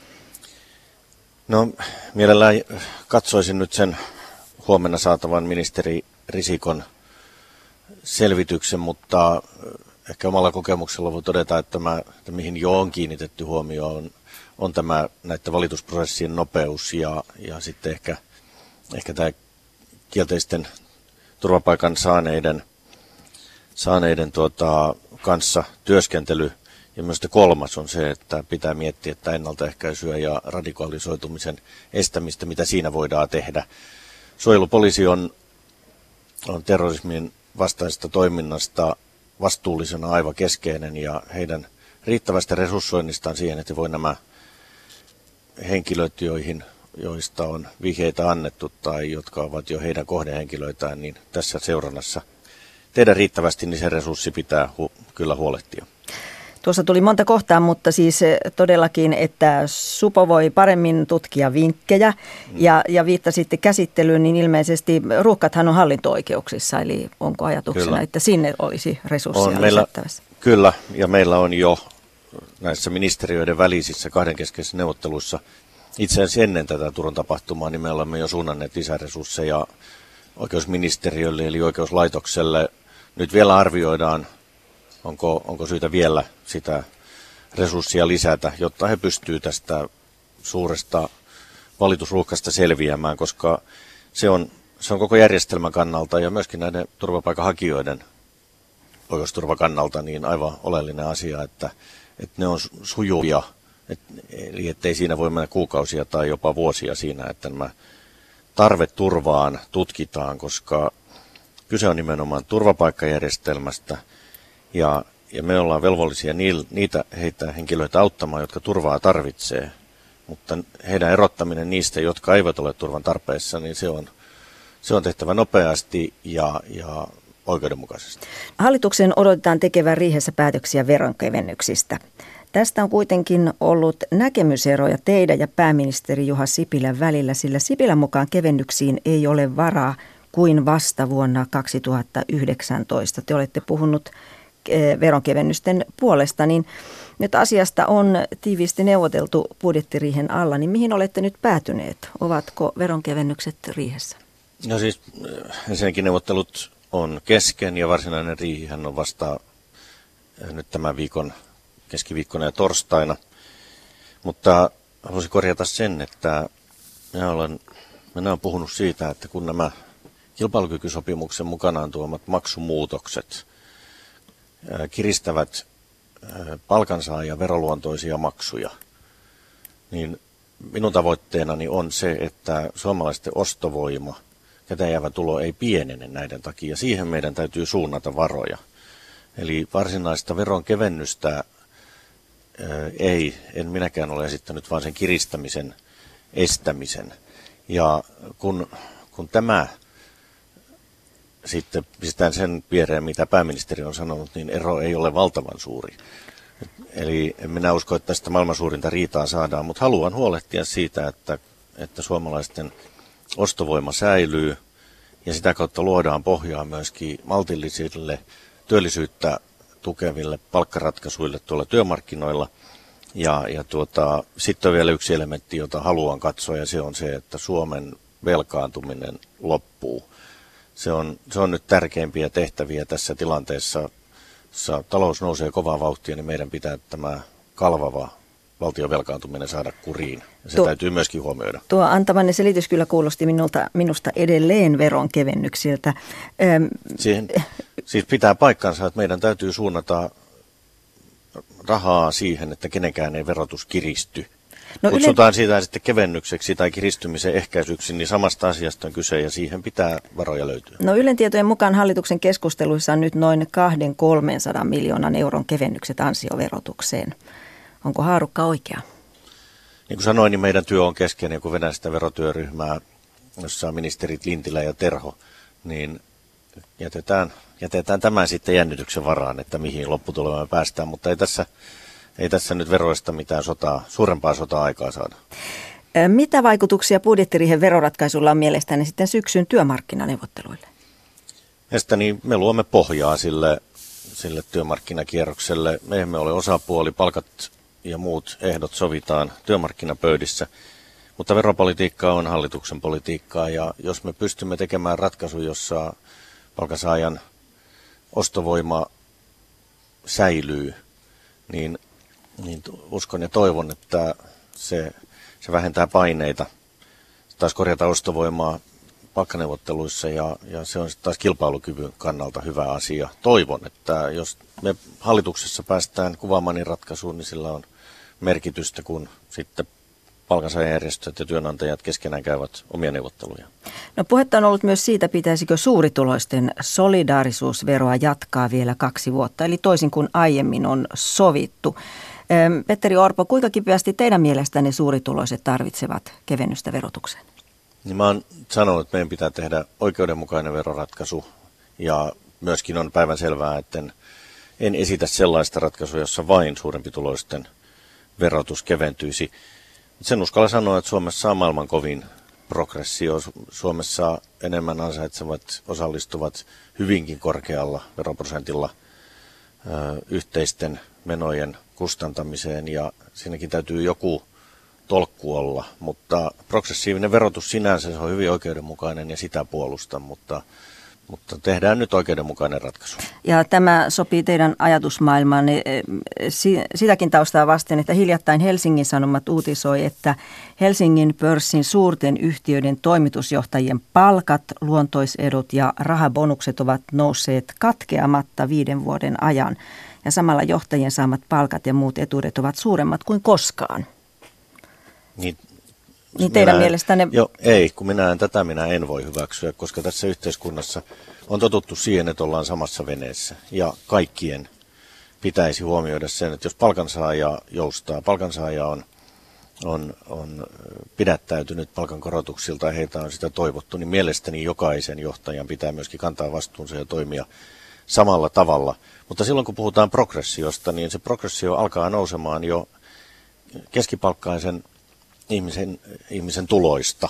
No, mielellään katsoisin nyt sen huomenna saatavan ministeri Risikon selvityksen, mutta ehkä omalla kokemuksella voi todeta, että, tämä, että mihin jo on kiinnitetty huomioon, on, on tämä näiden valitusprosessien nopeus ja, ja sitten ehkä, ehkä tämä kielteisten turvapaikan saaneiden, saaneiden tuota, kanssa työskentely. Ja myös kolmas on se, että pitää miettiä että ennaltaehkäisyä ja radikalisoitumisen estämistä, mitä siinä voidaan tehdä. Suojelupoliisi on, on terrorismin vastaisesta toiminnasta vastuullisena aivan keskeinen ja heidän riittävästä resurssoinnistaan siihen, että voi nämä henkilöt, joihin, joista on vihjeitä annettu tai jotka ovat jo heidän kohdehenkilöitään, niin tässä seurannassa tehdä riittävästi, niin se resurssi pitää hu- kyllä huolehtia. Tuossa tuli monta kohtaa, mutta siis todellakin, että Supo voi paremmin tutkia vinkkejä ja, ja viittasitte käsittelyyn, niin ilmeisesti ruuhkathan on hallinto-oikeuksissa, eli onko ajatuksena, kyllä, että sinne olisi resursseja lisättävässä? Kyllä, ja meillä on jo näissä ministeriöiden välisissä kahdenkeskeisissä neuvotteluissa itse asiassa ennen tätä Turun tapahtumaa, niin me olemme jo suunnanneet lisäresursseja oikeusministeriölle eli oikeuslaitokselle. Nyt vielä arvioidaan, Onko, onko syytä vielä sitä resurssia lisätä, jotta he pystyvät tästä suuresta valitusruuhkasta selviämään, koska se on, se on koko järjestelmän kannalta ja myöskin näiden turvapaikanhakijoiden oikeusturvan kannalta niin aivan oleellinen asia, että, että ne on sujuvia, et, eli ettei siinä voi mennä kuukausia tai jopa vuosia siinä, että nämä tarve turvaan tutkitaan, koska kyse on nimenomaan turvapaikkajärjestelmästä. Ja, ja me ollaan velvollisia niitä heitä henkilöitä auttamaan, jotka turvaa tarvitsee, mutta heidän erottaminen niistä, jotka eivät ole turvan tarpeessa, niin se on, se on tehtävä nopeasti ja, ja oikeudenmukaisesti. Hallituksen odotetaan tekevän riihessä päätöksiä veronkevennyksistä. Tästä on kuitenkin ollut näkemyseroja teidän ja pääministeri Juha Sipilän välillä, sillä Sipilän mukaan kevennyksiin ei ole varaa kuin vasta vuonna kaksituhattayhdeksäntoista. Te olette puhunut veronkevennysten puolesta, niin nyt asiasta on tiiviisti neuvoteltu budjettiriihen alla, niin mihin olette nyt päätyneet? Ovatko veronkevennykset riihessä? No siis ensinnäkin neuvottelut on kesken ja varsinainen riihihän on vasta nyt tämän viikon keskiviikkona ja torstaina, mutta haluaisin korjata sen, että minä olen, minä olen puhunut siitä, että kun nämä kilpailukykysopimuksen mukanaan tuomat maksumuutokset kiristävät palkansaaja veroluontoisia maksuja, niin minun tavoitteenani on se, että suomalaisten ostovoima, käteen jäävä tulo ei pienene näiden takia. Siihen meidän täytyy suunnata varoja. Eli varsinaista veronkevennystä ää, ei, en minäkään ole esittänyt, vaan sen kiristämisen estämisen. Ja kun, kun tämä sitten pistetään sen viereen, mitä pääministeri on sanonut, niin ero ei ole valtavan suuri. Eli en minä usko, että tästä maailman suurinta riitaa saadaan, mutta haluan huolehtia siitä, että, että suomalaisten ostovoima säilyy ja sitä kautta luodaan pohjaa myöskin maltillisille työllisyyttä tukeville palkkaratkaisuille tuolla työmarkkinoilla. Ja, ja tuota, sitten on vielä yksi elementti, jota haluan katsoa, ja se on se, että Suomen velkaantuminen loppuu. Se on, se on nyt tärkeimpiä tehtäviä tässä tilanteessa. Jossa talous nousee kovaa vauhtia, niin meidän pitää tämä kalvava valtion velkaantuminen saada kuriin. Ja se tuo, täytyy myöskin huomioida. Tuo antamanne selitys kyllä kuulosti minulta, minusta edelleen veronkevennyksiltä. Öm, Siihen, siis pitää paikkansa, että meidän täytyy suunnata rahaa siihen, että kenenkään ei verotus kiristy. No Kutsutaan yle... siitä sitten kevennykseksi tai kiristymisen ehkäisyksi, niin samasta asiasta on kyse ja siihen pitää varoja löytyä. No Ylen tietojen mukaan hallituksen keskusteluissa on nyt noin kaksi kolmesataa miljoonan euron kevennykset ansioverotukseen. Onko haarukka oikea? Niin kuin sanoin, niin meidän työ on keskeinen, kun vedän sitä verotyöryhmää, jossa on ministerit Lintilä ja Terho, niin jätetään, jätetään tämän sitten jännityksen varaan, että mihin lopputulemaan päästään, mutta ei tässä... Ei tässä nyt veroista mitään sotaa, suurempaa sotaa aikaa saada. Mitä vaikutuksia budjettiriihen veroratkaisulla on mielestäni sitten syksyn työmarkkinaneuvotteluille? Mielestäni me luomme pohjaa sille, sille työmarkkinakierrokselle. Me emme ole osapuoli, palkat ja muut ehdot sovitaan työmarkkinapöydissä, mutta veropolitiikka on hallituksen politiikkaa ja jos me pystymme tekemään ratkaisu, jossa palkansaajan ostovoima säilyy, niin Niin uskon ja toivon, että se, se vähentää paineita, taas korjata ostovoimaa palkkaneuvotteluissa ja, ja se on taas kilpailukyvyn kannalta hyvä asia. Toivon, että jos me hallituksessa päästään kuvaamani ratkaisuun, niin sillä on merkitystä, kun sitten palkansaajajärjestöt ja työnantajat keskenään käyvät omia neuvotteluja. No puhetta on ollut myös siitä, pitäisikö suurituloisten solidaarisuusveroa jatkaa vielä kaksi vuotta, eli toisin kuin aiemmin on sovittu. Petteri Orpo, kuinka kipeästi teidän mielestänne suurituloiset tarvitsevat kevennystä verotukseen? Niin mä oon sanonut, että meidän pitää tehdä oikeudenmukainen veroratkaisu ja myöskin on päivän selvää, että en, en esitä sellaista ratkaisua, jossa vain suurempituloisten verotus keventyisi. Sen uskalla sanoa, että Suomessa on maailman kovin progressio. Suomessa enemmän ansaitsevat osallistuvat hyvinkin korkealla veroprosentilla ö, yhteisten menojen kustantamiseen ja siinäkin täytyy joku tolkku olla, mutta progressiivinen verotus sinänsä se on hyvin oikeudenmukainen ja sitä puolustan, mutta, mutta tehdään nyt oikeudenmukainen ratkaisu. Ja tämä sopii teidän ajatusmaailmaanne sitäkin taustaa vasten, että hiljattain Helsingin Sanomat uutisoi, että Helsingin pörssin suurten yhtiöiden toimitusjohtajien palkat, luontoisedut ja rahabonukset ovat nousseet katkeamatta viiden vuoden ajan. Ja samalla johtajien saamat palkat ja muut etuudet ovat suuremmat kuin koskaan. Niin, niin teidän minä, mielestänne... Jo, ei, kun minä en, tätä minä en voi hyväksyä, koska tässä yhteiskunnassa on totuttu siihen, että ollaan samassa veneessä. Ja kaikkien pitäisi huomioida sen, että jos palkansaaja joustaa, palkansaaja on, on, on pidättäytynyt palkankorotuksilta ja heitä on sitä toivottu, niin mielestäni jokaisen johtajan pitää myöskin kantaa vastuunsa ja toimia samalla tavalla. Mutta silloin kun puhutaan progressiosta, niin se progressio alkaa nousemaan jo keskipalkkaisen ihmisen, ihmisen tuloista.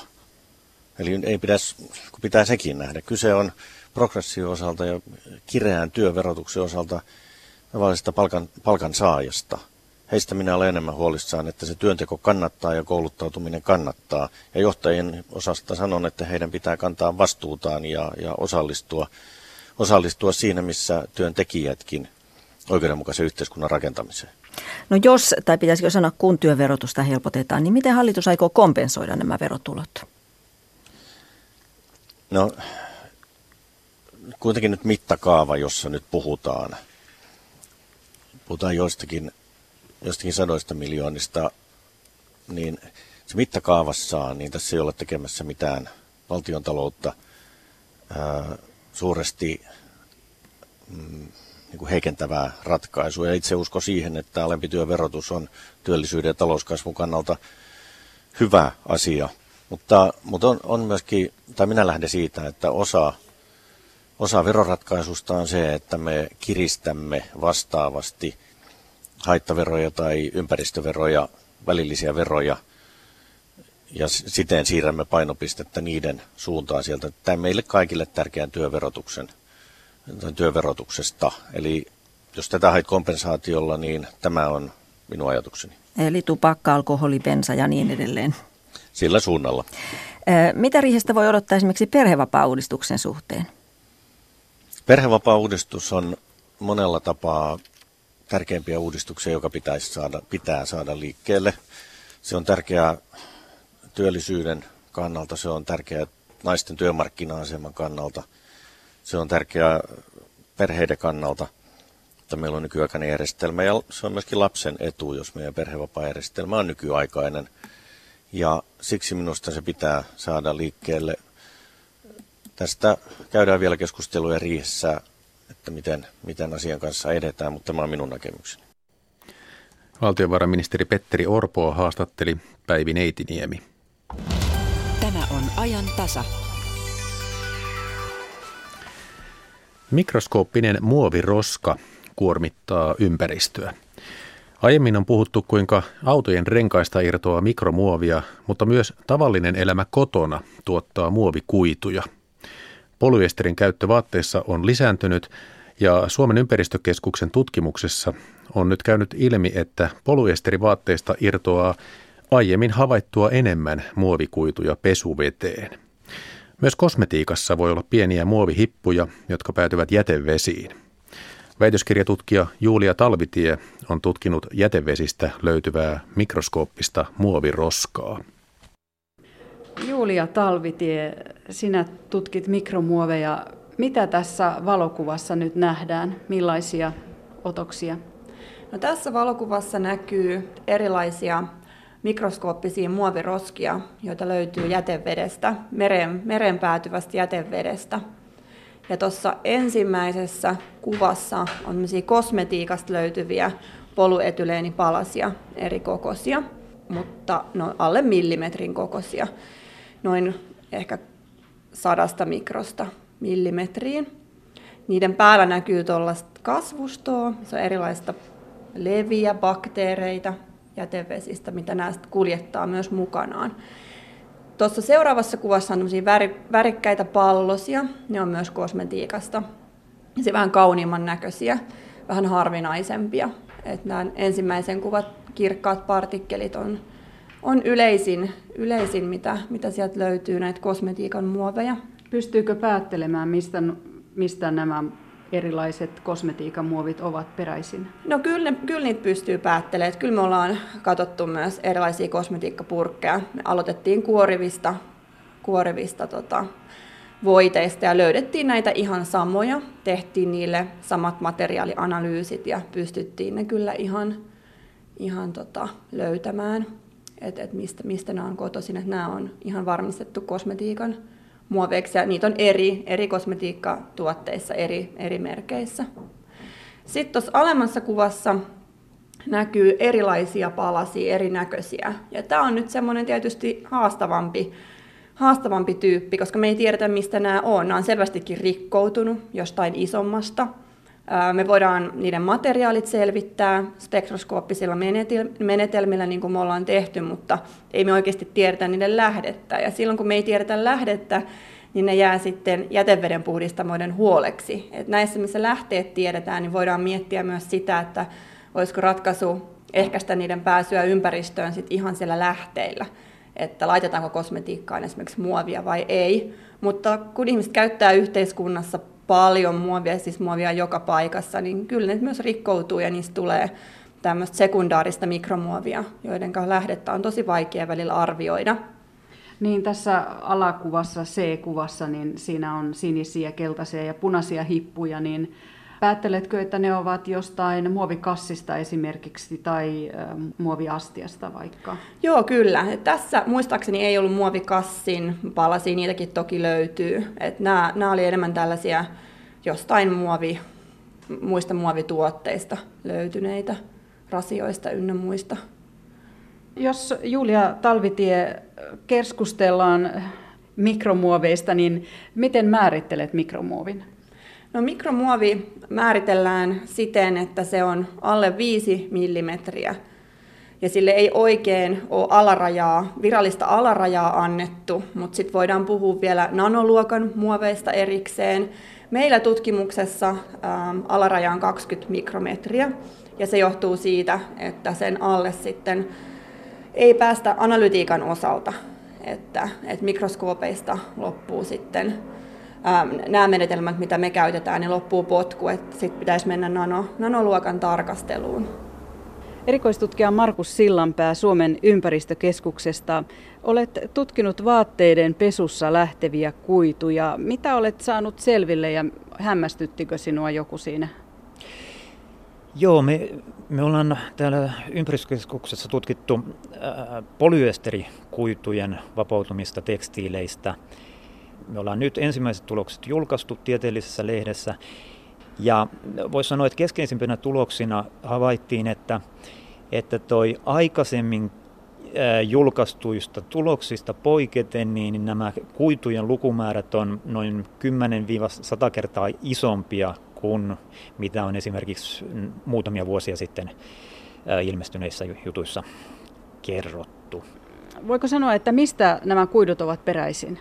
Eli ei pitäisi, kun pitää sekin nähdä. Kyse on progressio osalta ja kireän työverotuksen osalta tavallisesta palkan, palkan saajasta. Heistä minä olen enemmän huolissaan, että se työnteko kannattaa ja kouluttautuminen kannattaa. Ja johtajien osasta sanon, että heidän pitää kantaa vastuutaan ja, ja osallistua, osallistua siinä, missä työntekijätkin oikeudenmukaisen yhteiskunnan rakentamiseen. No jos, tai pitäisikö sanoa, kun työverotusta helpotetaan, niin miten hallitus aikoo kompensoida nämä verotulot? No kuitenkin nyt mittakaava, jossa nyt puhutaan. Puhutaan joistakin, joistakin sadoista miljoonista, niin se mittakaavassaan, niin tässä ei ole tekemässä mitään valtiontaloutta ää, suuresti mm, niin kuin heikentävää ratkaisua. Ja itse uskon siihen, että alempi työverotus on työllisyyden ja talouskasvun kannalta hyvä asia. Mutta, mutta on, on myöskin, tai minä lähden siitä, että osa, osa veroratkaisusta on se, että me kiristämme vastaavasti haittaveroja tai ympäristöveroja, välillisiä veroja, ja siten siirrämme painopistettä niiden suuntaan sieltä. Tämä meille kaikille tärkeän työverotuksen, työverotuksesta. Eli jos tätä hait kompensaatiolla, niin tämä on minun ajatukseni. Eli tupakka, alkoholi, bensa ja niin edelleen. Sillä suunnalla. Mitä riihestä voi odottaa esimerkiksi perhevapaa-uudistuksen suhteen? Perhevapaa-uudistus on monella tapaa tärkeimpiä uudistuksia, joka pitäisi saada, pitää saada liikkeelle. Se on tärkeää työllisyyden kannalta, se on tärkeää naisten työmarkkina-aseman kannalta, se on tärkeää perheiden kannalta, että meillä on nykyaikainen järjestelmä, ja se on myöskin lapsen etu, jos meidän perhevapaajärjestelmä on nykyaikainen. Ja siksi minusta se pitää saada liikkeelle. Tästä käydään vielä keskusteluja riihessä, että miten, miten asian kanssa edetään, mutta tämä on minun näkemykseni. Valtiovarainministeri Petteri Orpoa haastatteli Päivi Neitiniemi. Tämä on ajan tasa. Mikroskooppinen muoviroska kuormittaa ympäristöä. Aiemmin on puhuttu, kuinka autojen renkaista irtoaa mikromuovia, mutta myös tavallinen elämä kotona tuottaa muovikuituja. Polyesterin käyttö vaatteissa on lisääntynyt ja Suomen ympäristökeskuksen tutkimuksessa on nyt käynyt ilmi, että polyesterivaatteista irtoaa aiemmin havaittua enemmän muovikuituja pesuveteen. Myös kosmetiikassa voi olla pieniä muovihippuja, jotka päätyvät jätevesiin. Väitöskirjatutkija Julia Talvitie on tutkinut jätevesistä löytyvää mikroskooppista muoviroskaa. Julia Talvitie, sinä tutkit mikromuoveja. Mitä tässä valokuvassa nyt nähdään? Millaisia otoksia? No, tässä valokuvassa näkyy erilaisia mikroskooppisia muoviroskia, joita löytyy jätevedestä, mereen, mereen päätyvästä jätevedestä. Ja tuossa ensimmäisessä kuvassa on kosmetiikasta löytyviä polyetyleenipalasia eri kokoisia, mutta no, alle millimetrin kokoisia, noin ehkä sadasta mikrosta millimetriin. Niiden päällä näkyy tuollaista kasvustoa, se on erilaista leviä, bakteereita jätevesistä, mitä nämä kuljettaa myös mukanaan. Tuossa seuraavassa kuvassa on värikkäitä pallosia, ne on myös kosmetiikasta. Se vähän kauniimman näköisiä, vähän harvinaisempia. Et nämä ensimmäisen kuvat kirkkaat partikkelit on, on yleisin, yleisin mitä, mitä sieltä löytyy, näitä kosmetiikan muoveja. Pystyykö päättelemään, mistä, mistä nämä erilaiset kosmetiikan muovit ovat peräisin? No kyllä, kyllä niitä pystyy päättelemään. Kyllä me ollaan katsottu myös erilaisia kosmetiikkapurkkeja. Me aloitettiin kuorivista, kuorivista tota, voiteista ja löydettiin näitä ihan samoja. Tehtiin niille samat materiaalianalyysit ja pystyttiin ne kyllä ihan, ihan tota, löytämään, että et mistä, mistä nämä on kotoisin. Että nämä on ihan varmistettu kosmetiikan muoveiksi, ja niitä on eri, eri kosmetiikkatuotteissa, eri, eri merkeissä. Sitten tuossa alemmassa kuvassa näkyy erilaisia palasia, erinäköisiä. Ja tämä on nyt semmoinen tietysti haastavampi, haastavampi tyyppi, koska me ei tiedetä, mistä nämä on. Nämä on selvästikin rikkoutunut jostain isommasta. Me voidaan niiden materiaalit selvittää spektroskooppisilla menetelmillä, niin kuin me ollaan tehty, mutta ei me oikeasti tiedetä niiden lähdettä. Ja silloin, kun me ei tiedetä lähdettä, niin ne jää sitten jätevedenpuhdistamoiden huoleksi. Et näissä, missä lähteet tiedetään, niin voidaan miettiä myös sitä, että olisiko ratkaisu ehkäistä niiden pääsyä ympäristöön sit ihan siellä lähteillä. Että laitetaanko kosmetiikkaan esimerkiksi muovia vai ei. Mutta kun ihmiset käyttää yhteiskunnassa paljon muovia, siis muovia joka paikassa, niin kyllä ne myös rikkoutuu ja niistä tulee tämmöistä sekundaarista mikromuovia, joiden lähdettä on tosi vaikea välillä arvioida. Niin tässä alakuvassa, C-kuvassa, niin siinä on sinisiä, keltaisia ja punaisia hippuja, niin Päätteletkö, että ne ovat jostain muovikassista esimerkiksi tai muoviastiasta vaikka? Joo, kyllä. Tässä muistaakseni ei ollut muovikassin palasia, niitäkin toki löytyy. Et nämä, nämä oli enemmän tällaisia jostain muovi, muista muovituotteista löytyneitä, rasioista ynnä muista. Jos Julia Talvitie keskustellaan mikromuoveista, niin miten määrittelet mikromuovin? No, mikromuovi määritellään siten, että se on alle viisi millimetriä ja sille ei oikein ole alarajaa, virallista alarajaa annettu, mutta sitten voidaan puhua vielä nanoluokan muoveista erikseen. Meillä tutkimuksessa ähm, alaraja on kaksikymmentä mikrometriä ja se johtuu siitä, että sen alle sitten ei päästä analytiikan osalta, että, että mikroskoopeista loppuu sitten ähm, nämä menetelmät, mitä me käytetään, niin loppuu potku, että sitten pitäisi mennä nano, nanoluokan tarkasteluun. Erikoistutkija Markus Sillanpää Suomen ympäristökeskuksesta. Olet tutkinut vaatteiden pesussa lähteviä kuituja. Mitä olet saanut selville ja hämmästyttikö sinua joku siinä? Joo, me, me ollaan täällä ympäristökeskuksessa tutkittu ää, polyesterikuitujen vapautumista tekstiileistä. Me ollaan nyt ensimmäiset tulokset julkaistu tieteellisessä lehdessä. Ja voisi sanoa, että keskeisimpänä tuloksina havaittiin, että, että toi aikaisemmin ää, julkaistuista tuloksista poiketen, niin nämä kuitujen lukumäärät on noin kymmenen sata kertaa isompia kuin mitä on esimerkiksi muutamia vuosia sitten ää, ilmestyneissä jutuissa kerrottu. Voiko sanoa, että mistä nämä kuidut ovat peräisin?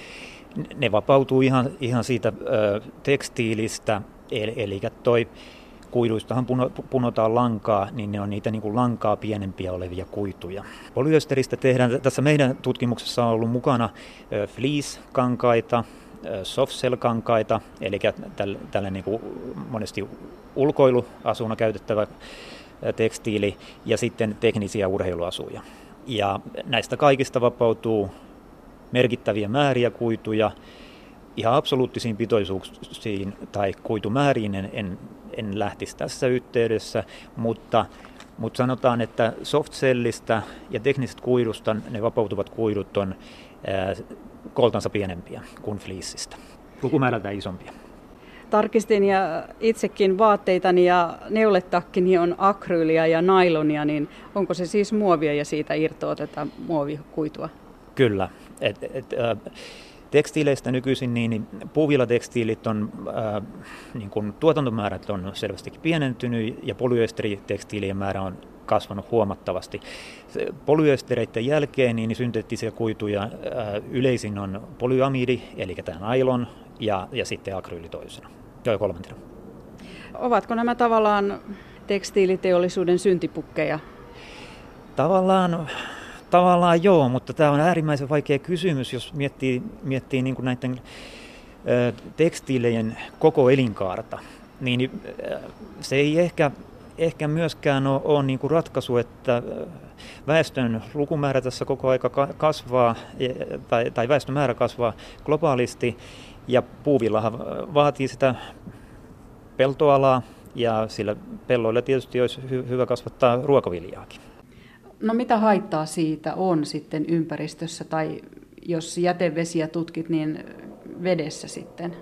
Ne vapautuu ihan, ihan siitä ää, tekstiilistä. Eli toi kuiduistahan punotaan lankaa, niin ne on niitä niin kuin lankaa pienempiä olevia kuituja. Polyesteristä tehdään, tässä meidän tutkimuksessa on ollut mukana fleece-kankaita, softshell-kankaita, eli tällä niin kuin monesti ulkoiluasuna käytettävä tekstiili, ja sitten teknisiä urheiluasuja. Ja näistä kaikista vapautuu merkittäviä määriä kuituja. Ihan absoluuttisiin pitoisuuksiin tai kuitumääriin en, en, en lähtisi tässä yhteydessä, mutta, mutta sanotaan, että softshellistä ja teknisestä kuidusta ne vapautuvat kuidut on ää, koltansa pienempiä kuin fleeceistä, lukumäärältään isompia. Tarkistin ja itsekin vaatteitani ja neuletakkini on akryyliä ja nailonia, niin onko se siis muovia ja siitä irtoaa tätä muovikuitua? Kyllä. Et, et, äh, Tekstiileistä nykyisin niin, niin puuvillatekstiilit on, ää, niin kuin tuotantomäärät on selvästikin pienentynyt ja polyesteritekstiilien määrä on kasvanut huomattavasti. Polyestereiden jälkeen niin synteettisiä kuituja ää, yleisin on polyamidi, eli tämä nailon, ja, ja sitten akryyli toisena, ja kolmantena. Ovatko nämä tavallaan tekstiiliteollisuuden syntipukkeja? Tavallaan... Tavallaan joo, mutta tämä on äärimmäisen vaikea kysymys, jos miettii, miettii niin kuin näiden ö, tekstiilejen koko elinkaarta. Niin ö, se ei ehkä, ehkä myöskään ole, ole niin kuin ratkaisu, että väestön lukumäärä tässä koko aika kasvaa, tai, tai väestön määrä kasvaa globaalisti, ja puuvillahan vaatii sitä peltoalaa, ja sillä pelloilla tietysti olisi hy- hyvä kasvattaa ruokaviljaakin. No mitä haittaa siitä on sitten ympäristössä tai jos jätevesiä tutkit, niin vedessä sitten?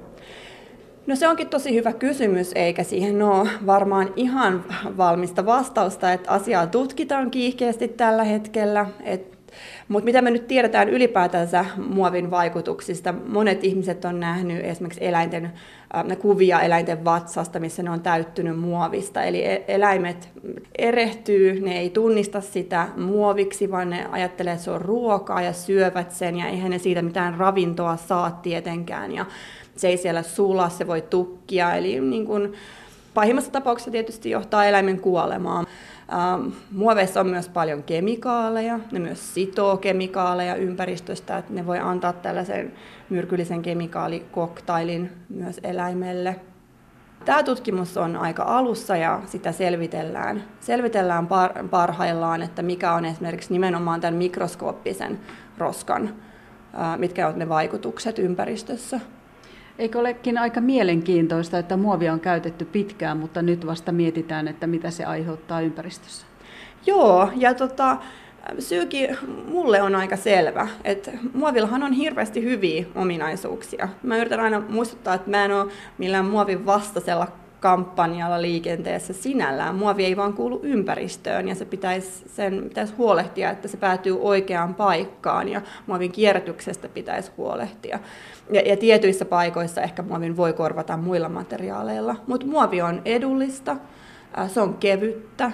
No se onkin tosi hyvä kysymys, eikä siihen ole varmaan ihan valmista vastausta, että asiaa tutkitaan kiihkeästi tällä hetkellä. Mutta mitä me nyt tiedetään ylipäätänsä muovin vaikutuksista, monet ihmiset on nähnyt esimerkiksi eläinten, äh, kuvia eläinten vatsasta, missä ne on täyttynyt muovista. Eli eläimet erehtyy, ne ei tunnista sitä muoviksi, vaan ne ajattelee, että se on ruokaa ja syövät sen, ja eihän ne siitä mitään ravintoa saa tietenkään. Ja se ei siellä sula, se voi tukkia, eli niin kun, pahimmassa tapauksessa tietysti johtaa eläimen kuolemaan. Ähm, muoveissa on myös paljon kemikaaleja, ne myös sitoo kemikaaleja ympäristöstä, että ne voi antaa tällaisen myrkyllisen kemikaalikoktailin myös eläimelle. Tämä tutkimus on aika alussa ja sitä selvitellään, selvitellään par, parhaillaan, että mikä on esimerkiksi nimenomaan tämän mikroskooppisen roskan, äh, mitkä ovat ne vaikutukset ympäristössä. Eikö olekin aika mielenkiintoista, että muovia on käytetty pitkään, mutta nyt vasta mietitään, että mitä se aiheuttaa ympäristössä? Joo, ja tota, syykin mulle on aika selvä, että muovillahan on hirveästi hyviä ominaisuuksia. Mä yritän aina muistuttaa, että mä en ole millään muovin vastaisella kampanjalla liikenteessä sinällään. Muovi ei vaan kuulu ympäristöön ja se pitäisi, sen pitäisi huolehtia, että se päätyy oikeaan paikkaan ja muovin kierrätyksestä pitäisi huolehtia. Ja, ja tietyissä paikoissa ehkä muovin voi korvata muilla materiaaleilla, mutta muovi on edullista, se on kevyttä.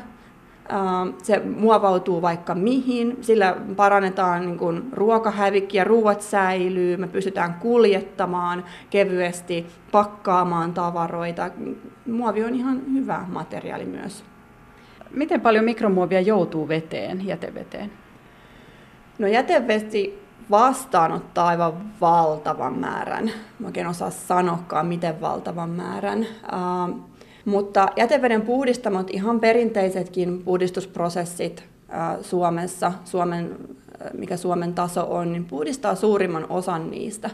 Se muovautuu vaikka mihin, sillä parannetaan niin kuin ruokahävikkiä, ruuat säilyy, me pystytään kuljettamaan kevyesti, pakkaamaan tavaroita. Muovi on ihan hyvä materiaali myös. Miten paljon mikromuovia joutuu veteen, jäteveteen? No jätevesi vastaanottaa aivan valtavan määrän. Mä oikein osaa sanoakaan, miten valtavan määrän. Mutta jäteveden puhdistamot, ihan perinteisetkin puhdistusprosessit ää, Suomessa, Suomen, mikä Suomen taso on, niin puhdistaa suurimman osan niistä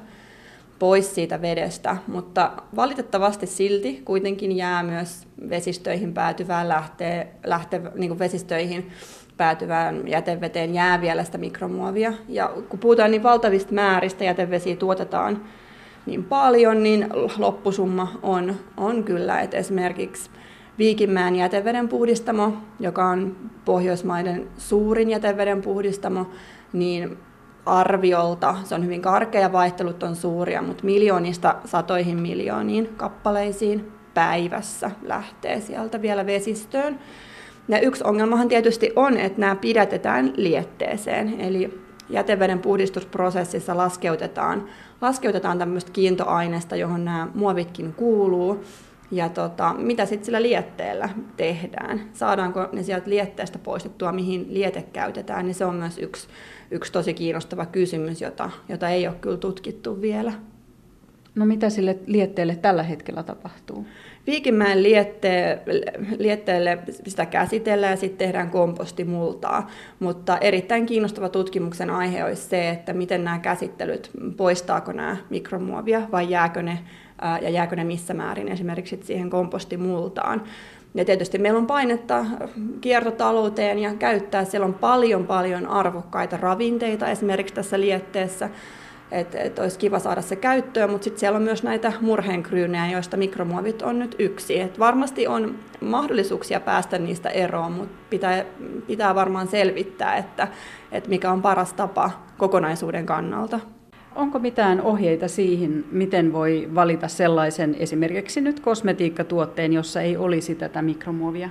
pois siitä vedestä. Mutta valitettavasti silti kuitenkin jää myös vesistöihin päätyvään lähtee, lähtee, niin kuin vesistöihin päätyvään jäteveteen jää vielä sitä mikromuovia. Ja kun puhutaan niin valtavista määristä jätevesiä tuotetaan niin paljon, niin loppusumma on, on kyllä, että esimerkiksi Viikinmäen jäteveden puhdistamo, joka on Pohjoismaiden suurin jäteveden puhdistamo, niin arviolta, se on hyvin karkea, vaihtelut on suuria, mutta miljoonista satoihin miljooniin kappaleisiin päivässä lähtee sieltä vielä vesistöön. Ja yksi ongelmahan tietysti on, että nämä pidätetään lietteeseen, eli jäteveden puhdistusprosessissa laskeutetaan, laskeutetaan tämmöistä kiintoaineesta, johon nämä muovitkin kuuluu. Ja tota, mitä sitten sillä lietteellä tehdään? Saadaanko ne sieltä lietteestä poistettua, mihin liete käytetään, niin se on myös yksi, yksi tosi kiinnostava kysymys, jota, jota ei ole kyllä tutkittu vielä. No mitä sille lietteelle tällä hetkellä tapahtuu? Viikinmäen liette, lietteelle sitä käsitellään ja sitten tehdään kompostimultaa, mutta erittäin kiinnostava tutkimuksen aihe olisi se, että miten nämä käsittelyt, poistaako nämä mikromuovia vai jääkö ne, ja jääkö ne missä määrin esimerkiksi siihen kompostimultaan. Ja tietysti meillä on painetta kiertotalouteen ja käyttää, siellä on paljon paljon arvokkaita ravinteita esimerkiksi tässä lietteessä, että et olisi kiva saada se käyttöön, mutta sitten siellä on myös näitä murheenkryynejä, joista mikromuovit on nyt yksi. Et varmasti on mahdollisuuksia päästä niistä eroon, mutta pitää, pitää varmaan selvittää, että, että mikä on paras tapa kokonaisuuden kannalta. Onko mitään ohjeita siihen, miten voi valita sellaisen esimerkiksi nyt kosmetiikkatuotteen, jossa ei olisi tätä mikromuovia?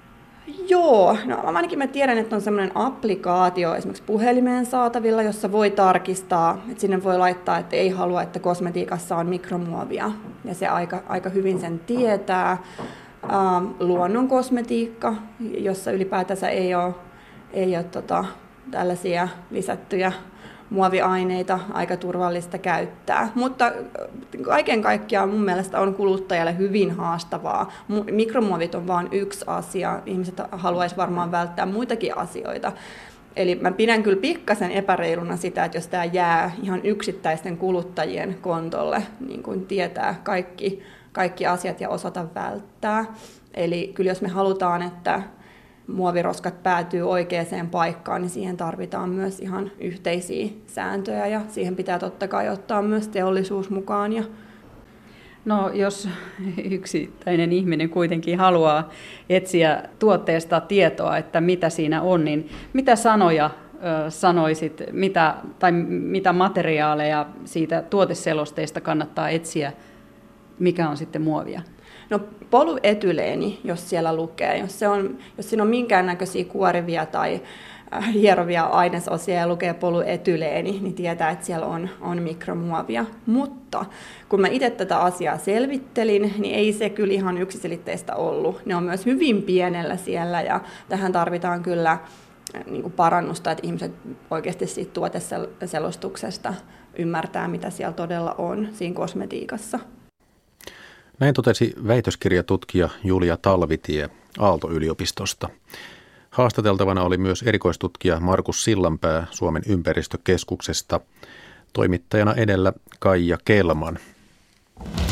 Joo, no ainakin mä tiedän, että on semmoinen applikaatio esimerkiksi puhelimeen saatavilla, jossa voi tarkistaa, että sinne voi laittaa, että ei halua, että kosmetiikassa on mikromuovia, ja se aika, aika hyvin sen tietää. Ähm, luonnon kosmetiikka, jossa ylipäätänsä ei ole, ei ole tota, tällaisia lisättyjä muoviaineita, aika turvallista käyttää, mutta kaiken kaikkiaan mun mielestä on kuluttajalle hyvin haastavaa. Mikromuovit on vain yksi asia, ihmiset haluaisi varmaan välttää muitakin asioita. Eli mä pidän kyllä pikkasen epäreiluna sitä, että jos tämä jää ihan yksittäisten kuluttajien kontolle, niin kuin tietää kaikki, kaikki asiat ja osata välttää. Eli kyllä jos me halutaan, että muoviroskat päätyy oikeaan paikkaan, niin siihen tarvitaan myös ihan yhteisiä sääntöjä ja siihen pitää totta kai ottaa myös teollisuus mukaan. Ja no jos yksittäinen ihminen kuitenkin haluaa etsiä tuotteesta tietoa, että mitä siinä on, niin mitä sanoja ö, sanoisit, mitä, tai mitä materiaaleja siitä tuoteselosteesta kannattaa etsiä, mikä on sitten muovia? No polyetyleeni, jos siellä lukee, jos, se on, jos siinä on minkäännäköisiä kuorivia tai hierovia ainesosia ja lukee polyetyleeni, niin tietää, että siellä on, on mikromuovia. Mutta kun mä itse tätä asiaa selvittelin, niin ei se kyllä ihan yksiselitteistä ollut. Ne on myös hyvin pienellä siellä ja tähän tarvitaan kyllä niin kuin parannusta, että ihmiset oikeasti siitä tuoteselostuksesta ymmärtää, mitä siellä todella on siinä kosmetiikassa. Näin totesi väitöskirjatutkija Julia Talvitie Aalto-yliopistosta. Haastateltavana oli myös erikoistutkija Markus Sillanpää Suomen ympäristökeskuksesta. Toimittajana edellä Kaija Kelman.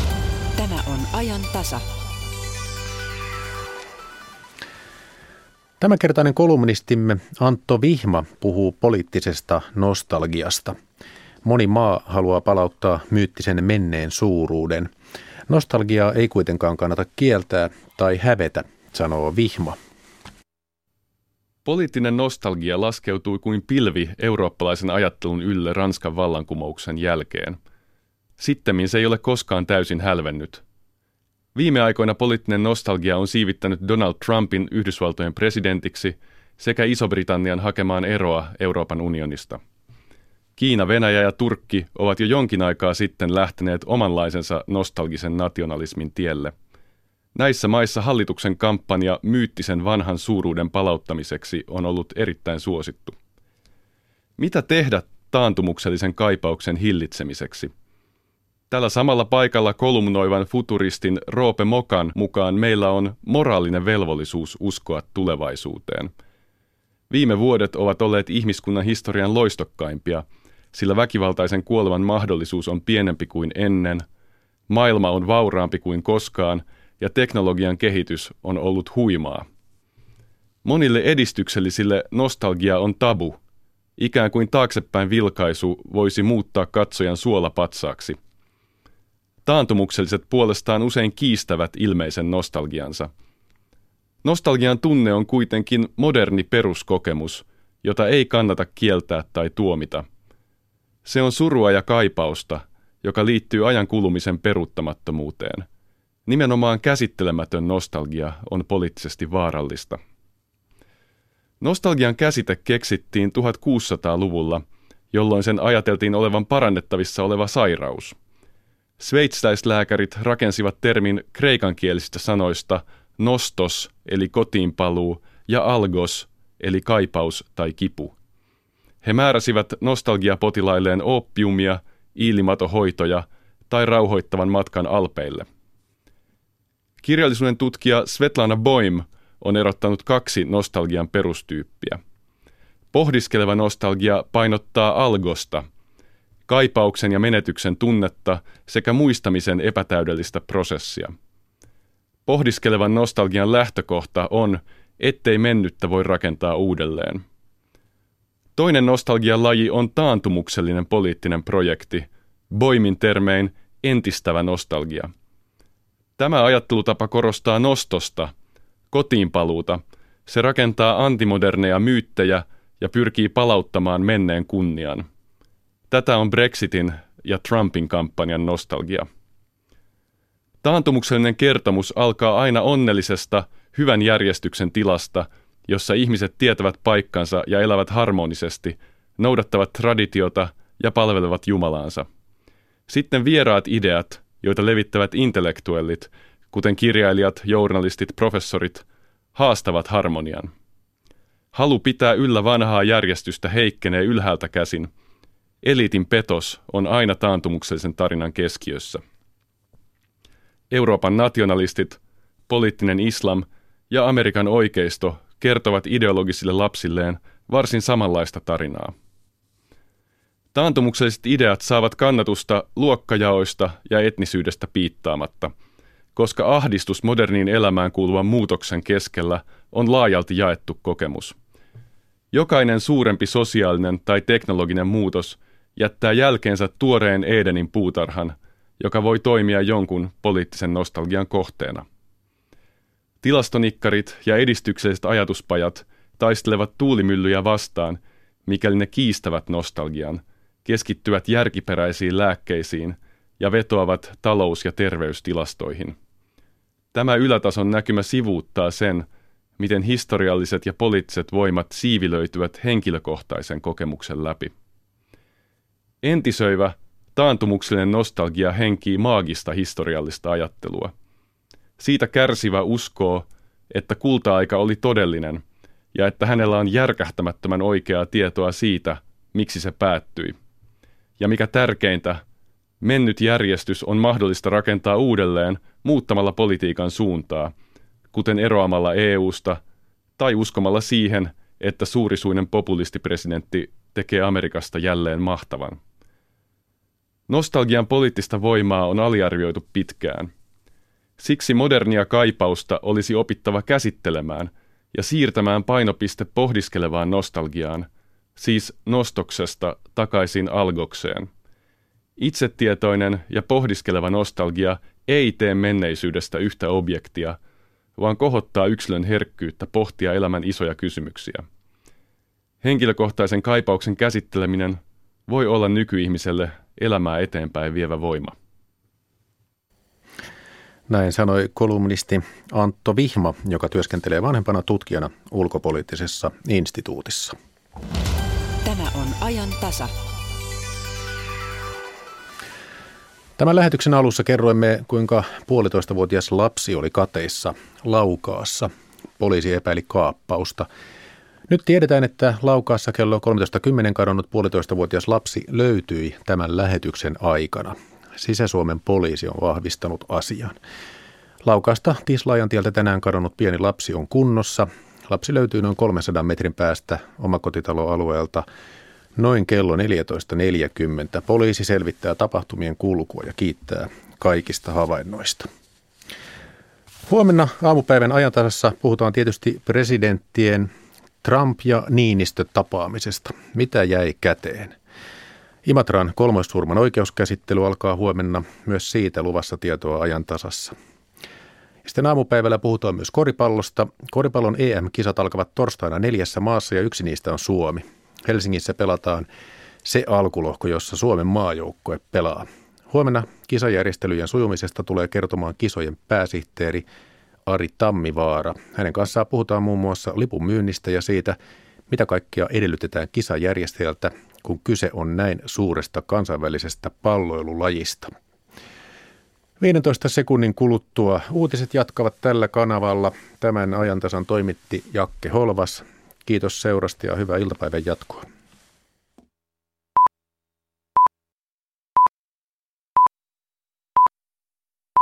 on ajan tasa. Tämänkertainen kolumnistimme Antto Vihma puhuu poliittisesta nostalgiasta. Moni maa haluaa palauttaa myyttisen menneen suuruuden. Nostalgiaa ei kuitenkaan kannata kieltää tai hävetä, sanoo Vihma. Poliittinen nostalgia laskeutui kuin pilvi eurooppalaisen ajattelun ylle Ranskan vallankumouksen jälkeen. Sittemmin se ei ole koskaan täysin hälvennyt. Viime aikoina poliittinen nostalgia on siivittänyt Donald Trumpin Yhdysvaltojen presidentiksi sekä Iso-Britannian hakemaan eroa Euroopan unionista. Kiina, Venäjä ja Turkki ovat jo jonkin aikaa sitten lähteneet omanlaisensa nostalgisen nationalismin tielle. Näissä maissa hallituksen kampanja myyttisen vanhan suuruuden palauttamiseksi on ollut erittäin suosittu. Mitä tehdä taantumuksellisen kaipauksen hillitsemiseksi? Tällä samalla paikalla kolumnoivan futuristin Roope Mokan mukaan meillä on moraalinen velvollisuus uskoa tulevaisuuteen. Viime vuodet ovat olleet ihmiskunnan historian loistokkaimpia, sillä väkivaltaisen kuoleman mahdollisuus on pienempi kuin ennen, maailma on vauraampi kuin koskaan ja teknologian kehitys on ollut huimaa. Monille edistyksellisille nostalgia on tabu, ikään kuin taaksepäin vilkaisu voisi muuttaa katsojan suolapatsaaksi. Taantumukselliset puolestaan usein kiistävät ilmeisen nostalgiansa. Nostalgian tunne on kuitenkin moderni peruskokemus, jota ei kannata kieltää tai tuomita. Se on surua ja kaipausta, joka liittyy ajan kulumisen peruuttamattomuuteen. Nimenomaan käsittelemätön nostalgia on poliittisesti vaarallista. Nostalgian käsite keksittiin tuhatkuusisataaluvulla, jolloin sen ajateltiin olevan parannettavissa oleva sairaus. Sveitsiläislääkärit rakensivat termin kreikankielisistä sanoista nostos eli kotiinpaluu ja algos eli kaipaus tai kipu. He määräsivät nostalgiapotilailleen oopiumia, iilimatohoitoja tai rauhoittavan matkan Alpeille. Kirjallisuuden tutkija Svetlana Boym on erottanut kaksi nostalgian perustyyppiä. Pohdiskeleva nostalgia painottaa algosta, kaipauksen ja menetyksen tunnetta sekä muistamisen epätäydellistä prosessia. Pohdiskelevan nostalgian lähtökohta on, ettei mennyttä voi rakentaa uudelleen. Toinen nostalgian laji on taantumuksellinen poliittinen projekti, Boymin termein entistävä nostalgia. Tämä ajattelutapa korostaa nostosta, kotiinpaluuta. Se rakentaa antimoderneja myyttejä ja pyrkii palauttamaan menneen kunnian. Tätä on Brexitin ja Trumpin kampanjan nostalgia. Taantumuksellinen kertomus alkaa aina onnellisesta, hyvän järjestyksen tilasta, jossa ihmiset tietävät paikkansa ja elävät harmonisesti, noudattavat traditiota ja palvelevat Jumalaansa. Sitten vieraat ideat, joita levittävät intellektuellit, kuten kirjailijat, journalistit, professorit, haastavat harmonian. Halu pitää yllä vanhaa järjestystä heikkenee ylhäältä käsin. Eliitin petos on aina taantumuksellisen tarinan keskiössä. Euroopan nationalistit, poliittinen islam ja Amerikan oikeisto kertovat ideologisille lapsilleen varsin samanlaista tarinaa. Taantumukselliset ideat saavat kannatusta luokkajaoista ja etnisyydestä piittaamatta, koska ahdistus moderniin elämään kuuluvan muutoksen keskellä on laajalti jaettu kokemus. Jokainen suurempi sosiaalinen tai teknologinen muutos jättää jälkeensä tuoreen Edenin puutarhan, joka voi toimia jonkun poliittisen nostalgian kohteena. Tilastonikkarit ja edistykselliset ajatuspajat taistelevat tuulimyllyjä vastaan, mikäli ne kiistävät nostalgian, keskittyvät järkiperäisiin lääkkeisiin ja vetoavat talous- ja terveystilastoihin. Tämä ylätason näkymä sivuuttaa sen, miten historialliset ja poliittiset voimat siivilöityvät henkilökohtaisen kokemuksen läpi. Entisöivä, taantumuksellinen nostalgia henkii maagista historiallista ajattelua. Siitä kärsivä uskoo, että kulta-aika oli todellinen ja että hänellä on järkähtämättömän oikeaa tietoa siitä, miksi se päättyi. Ja mikä tärkeintä, mennyt järjestys on mahdollista rakentaa uudelleen muuttamalla politiikan suuntaa, kuten eroamalla E U:sta tai uskomalla siihen, että suurisuinen populistipresidentti tekee Amerikasta jälleen mahtavan. Nostalgian poliittista voimaa on aliarvioitu pitkään. Siksi modernia kaipausta olisi opittava käsittelemään ja siirtämään painopiste pohdiskelevaan nostalgiaan, siis nostoksesta takaisin algokseen. Itsetietoinen ja pohdiskeleva nostalgia ei tee menneisyydestä yhtä objektia, vaan kohottaa yksilön herkkyyttä pohtia elämän isoja kysymyksiä. Henkilökohtaisen kaipauksen käsitteleminen voi olla nykyihmiselle elämää eteenpäin vievä voima. Näin sanoi kolumnisti Antto Vihma, joka työskentelee vanhempana tutkijana ulkopoliittisessa instituutissa. Tämä on ajan tasa. Tämän lähetyksen alussa kerroimme, kuinka puolitoistavuotias lapsi oli kateissa Laukaassa. Poliisi epäili kaappausta. Nyt tiedetään, että Laukaassa kello kolmetoista kymmenen kadonnut puolitoistavuotias lapsi löytyi tämän lähetyksen aikana. Sisä-Suomen poliisi on vahvistanut asian. Laukaasta Tislaajantieltä tänään kadonnut pieni lapsi on kunnossa. Lapsi löytyy noin kolmensadan metrin päästä omakotitaloalueelta noin kello neljätoista neljäkymmentä. Poliisi selvittää tapahtumien kulkua ja kiittää kaikista havainnoista. Huomenna aamupäivän ajantasassa puhutaan tietysti presidenttien Trump ja Niinistö tapaamisesta. Mitä jäi käteen? Imatran kolmoissurman oikeuskäsittely alkaa huomenna, myös siitä luvassa tietoa ajantasassa. Sitten aamupäivällä puhutaan myös koripallosta. Koripallon E M-kisat alkavat torstaina neljässä maassa ja yksi niistä on Suomi. Helsingissä pelataan se alkulohko, jossa Suomen maajoukkue pelaa. Huomenna kisajärjestelyjen sujumisesta tulee kertomaan kisojen pääsihteeri Ari Tammivaara. Hänen kanssaan puhutaan muun muassa lipun myynnistä ja siitä, mitä kaikkea edellytetään kisajärjestäjältä, kun kyse on näin suuresta kansainvälisestä palloilulajista. viidentoista sekunnin kuluttua uutiset jatkavat tällä kanavalla. Tämän ajantasan toimitti Jakke Holvas. Kiitos seurasta ja hyvää iltapäivän jatkoa.